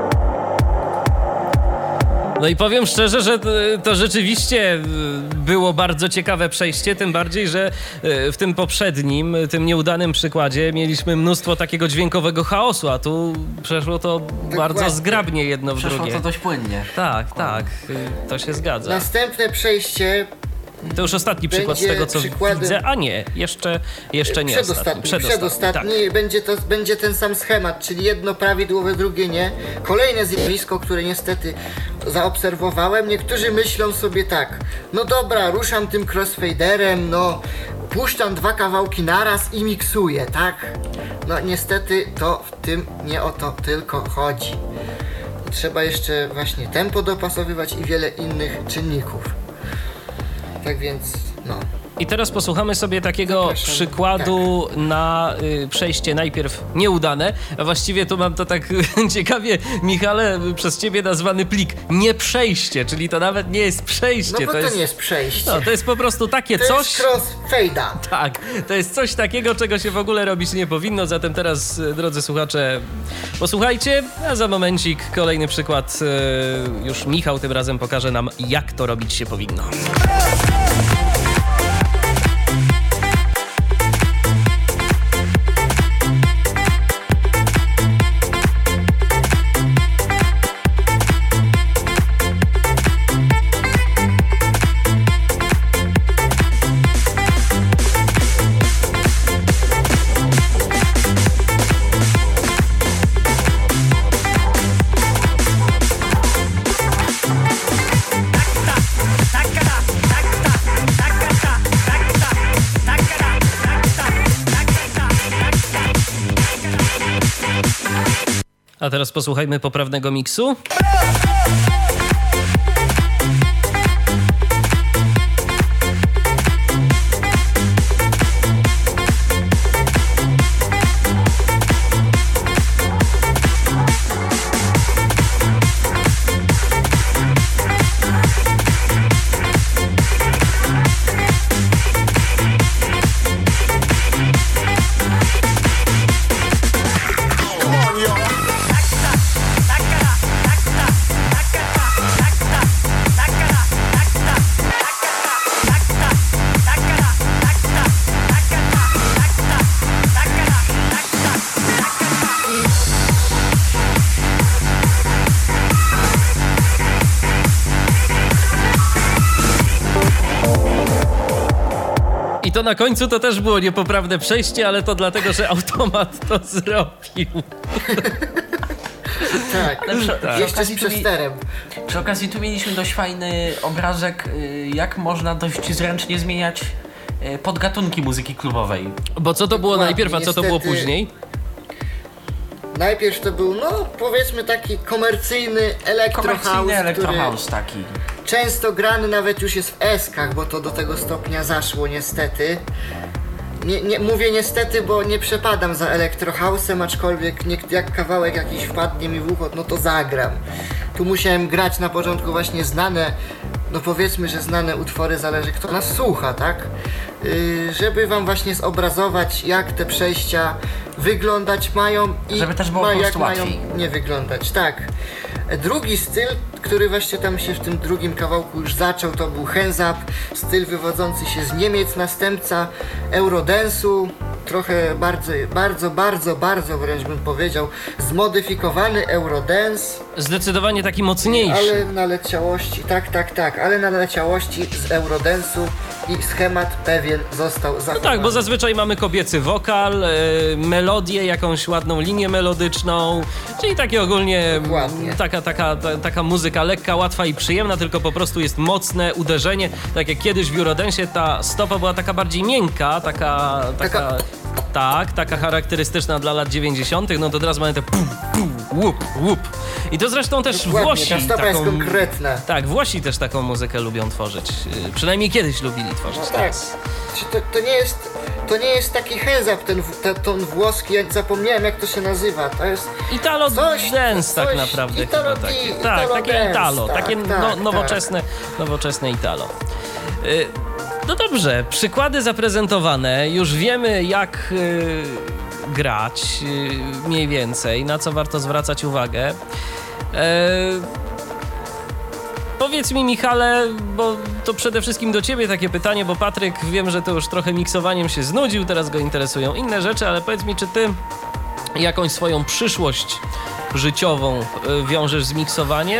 No i powiem szczerze, że to rzeczywiście było bardzo ciekawe przejście, tym bardziej, że w tym poprzednim, tym nieudanym przykładzie mieliśmy mnóstwo takiego dźwiękowego chaosu, a tu przeszło to Dokładnie. bardzo zgrabnie jedno w Przeszło drugie. to dość płynnie. Tak, tak, to się zgadza. Następne przejście To już ostatni przykład z tego, co przykładem... widzę, a nie, jeszcze, jeszcze nie Przedostatni, ostatni. przedostatni. Tak. Będzie, to, będzie ten sam schemat, czyli jedno prawidłowe, drugie nie. Kolejne zjawisko, które niestety zaobserwowałem. Niektórzy myślą sobie tak, no dobra, ruszam tym crossfaderem, no puszczam dwa kawałki naraz i miksuję, tak? No niestety to w tym nie o to tylko chodzi. Trzeba jeszcze właśnie tempo dopasowywać i wiele innych czynników. Tak więc, no. I teraz posłuchamy sobie takiego Zapraszam. przykładu tak. na y, przejście najpierw nieudane, a właściwie tu mam to tak ciekawie, Michale, przez ciebie nazwany plik nie przejście, czyli to nawet nie jest przejście. No bo to, to jest, nie jest przejście. No, to jest po prostu takie to coś... jest crossfade'a. Tak, to jest coś takiego, czego się w ogóle robić nie powinno, zatem teraz, drodzy słuchacze, posłuchajcie, a za momencik kolejny przykład, y, już Michał tym razem pokaże nam, jak to robić się powinno. A teraz posłuchajmy poprawnego miksu. I to na końcu to też było niepoprawne przejście, ale to dlatego, że automat to zrobił. Tak, Ale przy, tak. przy Jeszcze z okazji tu mi- przesterem. Przy okazji tu mieliśmy dość fajny obrazek, y, jak można dość zręcznie zmieniać y, podgatunki muzyki klubowej. Bo co to było Dokładnie, najpierw, a co to było niestety. później? Najpierw to był, no powiedzmy taki komercyjny electro house, Komercyjny electro który house taki. często grany nawet już jest w eskach, bo to do tego stopnia zaszło niestety. Nie, nie, mówię niestety, bo nie przepadam za electro house'em, aczkolwiek nie, jak kawałek jakiś wpadnie mi w ucho, no to zagram. Tu musiałem grać na początku właśnie znane, no powiedzmy, że znane utwory, zależy kto nas słucha, tak? Yy, żeby wam właśnie zobrazować, jak te przejścia wyglądać mają i Żeby też było ma, po jak prostu mają łatwiej. nie wyglądać, tak. Drugi styl, który właśnie tam się w tym drugim kawałku już zaczął, to był hands up, styl wywodzący się z Niemiec, następca Eurodance'u, trochę bardzo, bardzo, bardzo, bardzo wręcz bym powiedział, zmodyfikowany Eurodance, Zdecydowanie taki mocniejszy. ale na leciałości, tak, tak, tak, ale na leciałości z Eurodance'u i schemat pewien został No zachowany. tak, bo zazwyczaj mamy kobiecy wokal, e, melodię, jakąś ładną linię melodyczną, czyli takie ogólnie Dokładnie. taka, taka, ta, taka muzyka lekka, łatwa i przyjemna, tylko po prostu jest mocne uderzenie. Tak jak kiedyś w Eurodance'ie ta stopa była taka bardziej miękka, taka, taka, Taka- tak, taka charakterystyczna dla lat dziewięćdziesiątych, no to teraz mamy te pum, pum, łup, łup. I to zresztą też Dokładnie, Włosi ta stopa jest taką, konkretna. tak, Włosi też taką muzykę lubią tworzyć, yy, przynajmniej kiedyś lubili tworzyć. No tak. Teraz. Czy To, to, nie jest, to nie jest taki hands up, ten, w- ten, ten włoski, ja zapomniałem jak to się nazywa, to jest Italo Coś- dance tak coś- naprawdę Italo chyba takie. di- Tak, Italo takie dance, Italo, tak, takie tak, no, tak. nowoczesne, nowoczesne Italo. Y, No dobrze, przykłady zaprezentowane, już wiemy jak y, grać y, mniej więcej, na co warto zwracać uwagę. Y, Powiedz mi, Michale, bo to przede wszystkim do ciebie takie pytanie, bo Patryk, wiem, że to już trochę miksowaniem się znudził, teraz go interesują inne rzeczy, ale powiedz mi, czy ty jakąś swoją przyszłość życiową wiążesz z miksowaniem?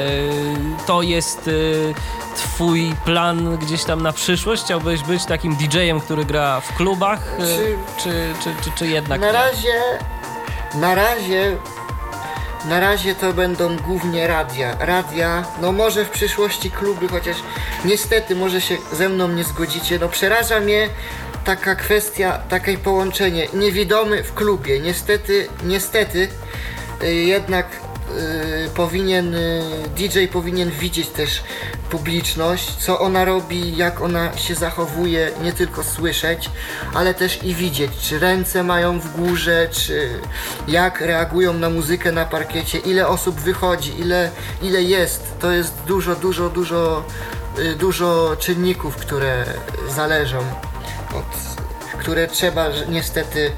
To jest twój plan gdzieś tam na przyszłość? Chciałbyś być takim didżejem, który gra w klubach? Czy, czy, czy, czy, czy jednak na nie? razie, na razie Na razie to będą głównie radia. Radia, no może w przyszłości kluby, chociaż niestety może się ze mną nie zgodzicie. No przeraża mnie taka kwestia, takie połączenie niewidomy w klubie. Niestety, niestety yy, jednak yy, powinien, yy, D J powinien widzieć też publiczność, co ona robi, jak ona się zachowuje, nie tylko słyszeć, ale też i widzieć, czy ręce mają w górze, czy jak reagują na muzykę na parkiecie, ile osób wychodzi, ile, ile jest. To jest dużo, dużo, dużo, dużo czynników, które zależą od, które trzeba niestety,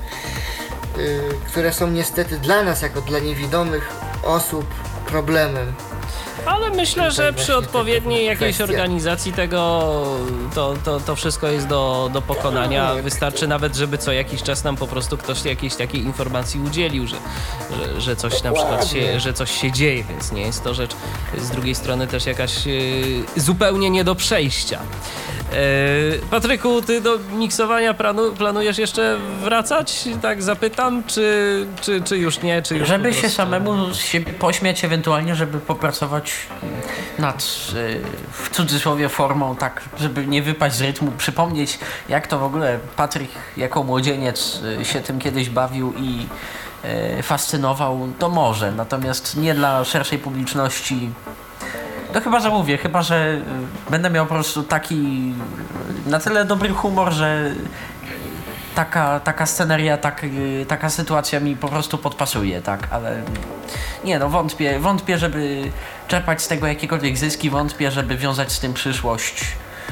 które są niestety dla nas, jako dla niewidomych osób, problemem. Ale myślę, że przy odpowiedniej jakiejś kwestia. organizacji tego to, to, to wszystko jest do, do pokonania. Wystarczy nawet, żeby co jakiś czas nam po prostu ktoś jakiejś takiej informacji udzielił, że, że, że coś na przykład się, że coś się dzieje, więc nie jest to rzecz z drugiej strony też jakaś yy, zupełnie nie do przejścia. Yy, Patryku, ty do miksowania planu, planujesz jeszcze wracać? Tak zapytam, czy, czy, czy już nie? Czy już żeby po się prostu... samemu się pośmiać, ewentualnie, żeby popracować nad, w cudzysłowie, formą, tak, żeby nie wypaść z rytmu, przypomnieć, jak to w ogóle Patryk jako młodzieniec się tym kiedyś bawił i fascynował, to może, natomiast nie dla szerszej publiczności. No chyba, że mówię, chyba, że będę miał po prostu taki na tyle dobry humor, że taka, taka sceneria, tak, taka sytuacja mi po prostu podpasuje, tak, ale nie no, wątpię, wątpię, żeby czerpać z tego jakiekolwiek zyski, wątpię, żeby wiązać z tym przyszłość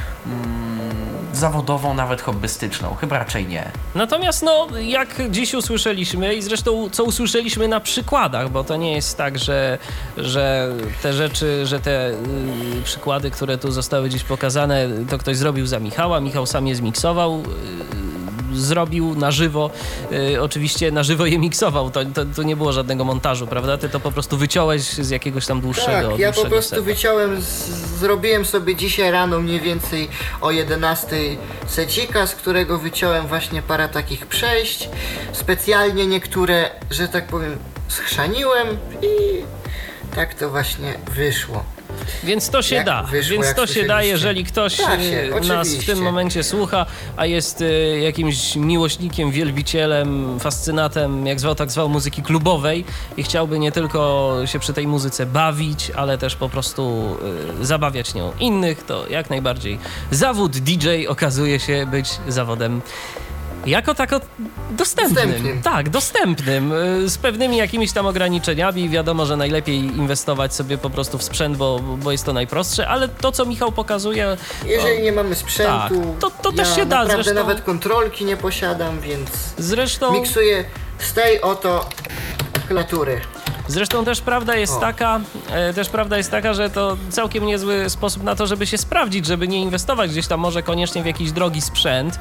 mm, zawodową, nawet hobbystyczną, chyba raczej nie. Natomiast no, jak dziś usłyszeliśmy i zresztą co usłyszeliśmy na przykładach, bo to nie jest tak, że, że te rzeczy, że te y, przykłady, które tu zostały dziś pokazane, to ktoś zrobił za Michała, Michał sam je zmiksował, y, zrobił na żywo, y, oczywiście na żywo je miksował, to, to, to nie było żadnego montażu, prawda? Ty to po prostu wyciąłeś z jakiegoś tam dłuższego Tak, ja po prostu seta. wyciąłem, z, zrobiłem sobie dzisiaj rano mniej więcej o jedenastej secika, z którego wyciąłem właśnie parę takich przejść. Specjalnie niektóre, że tak powiem, schrzaniłem i tak to właśnie wyszło. Więc to się Jak da, wyszło, więc jak to się da, jeżeli ktoś Da się, nas w oczywiście. tym momencie słucha, a jest y, jakimś miłośnikiem, wielbicielem, fascynatem, jak zwał, tak zwał, muzyki klubowej i chciałby nie tylko się przy tej muzyce bawić, ale też po prostu y, zabawiać nią innych, to jak najbardziej zawód D J okazuje się być zawodem jako tako dostępnym. Dostępnym. Tak, dostępnym. Z pewnymi jakimiś tam ograniczeniami. Wiadomo, że najlepiej inwestować sobie po prostu w sprzęt, bo, bo jest to najprostsze, ale to, co Michał pokazuje... Jeżeli o, nie mamy sprzętu, tak, to, to ja też się da. naprawdę Zresztą, nawet kontrolki nie posiadam, więc zresztą, miksuję z tej oto klatury. Zresztą też prawda jest O. taka, e, też prawda jest taka, że to całkiem niezły sposób na to, żeby się sprawdzić, żeby nie inwestować gdzieś tam może koniecznie w jakiś drogi sprzęt,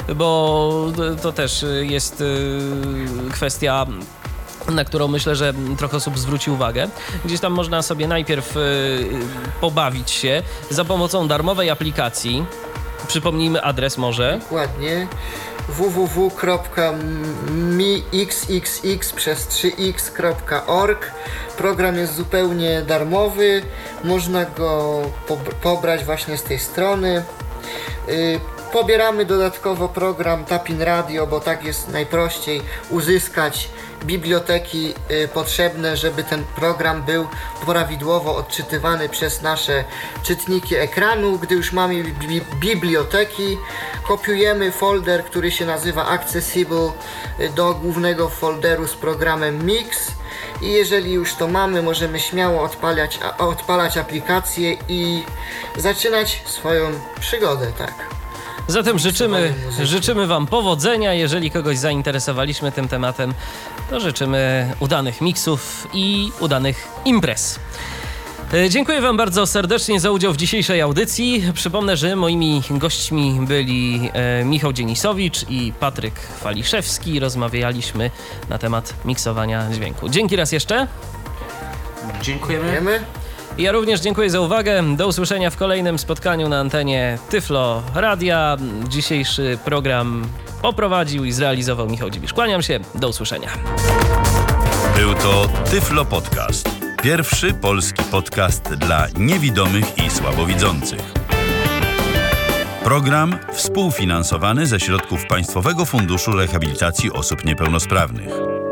bo to też jest e, kwestia, na którą myślę, że trochę osób zwróci uwagę. Gdzieś tam można sobie najpierw e, pobawić się za pomocą darmowej aplikacji. Przypomnijmy adres może. Dokładnie. w w w kropka mixxx przez trzy x kropka org. Program jest zupełnie darmowy. Można go pobrać właśnie z tej strony. Yy, pobieramy dodatkowo program Tapin Radio, bo tak jest najprościej uzyskać biblioteki y, potrzebne, żeby ten program był prawidłowo odczytywany przez nasze czytniki ekranu. Gdy już mamy bi biblioteki, kopiujemy folder, który się nazywa Accessible, y, do głównego folderu z programem Mix i jeżeli już to mamy, możemy śmiało odpalać, a, odpalać aplikację i zaczynać swoją przygodę, tak. Zatem życzymy, życzymy Wam powodzenia. Jeżeli kogoś zainteresowaliśmy tym tematem, to życzymy udanych miksów i udanych imprez. Dziękuję Wam bardzo serdecznie za udział w dzisiejszej audycji. Przypomnę, że moimi gośćmi byli e, Michał Dzienisowicz i Patryk Waliszewski. Rozmawialiśmy na temat miksowania dźwięku. Dzięki raz jeszcze. Dziękujemy. Wiemy? Ja również dziękuję za uwagę. Do usłyszenia w kolejnym spotkaniu na antenie Tyflo Radia. Dzisiejszy program poprowadził i zrealizował Michał Dziwisz. Kłaniam się. Do usłyszenia. Był to Tyflo Podcast. Pierwszy polski podcast dla niewidomych i słabowidzących. Program współfinansowany ze środków Państwowego Funduszu Rehabilitacji Osób Niepełnosprawnych.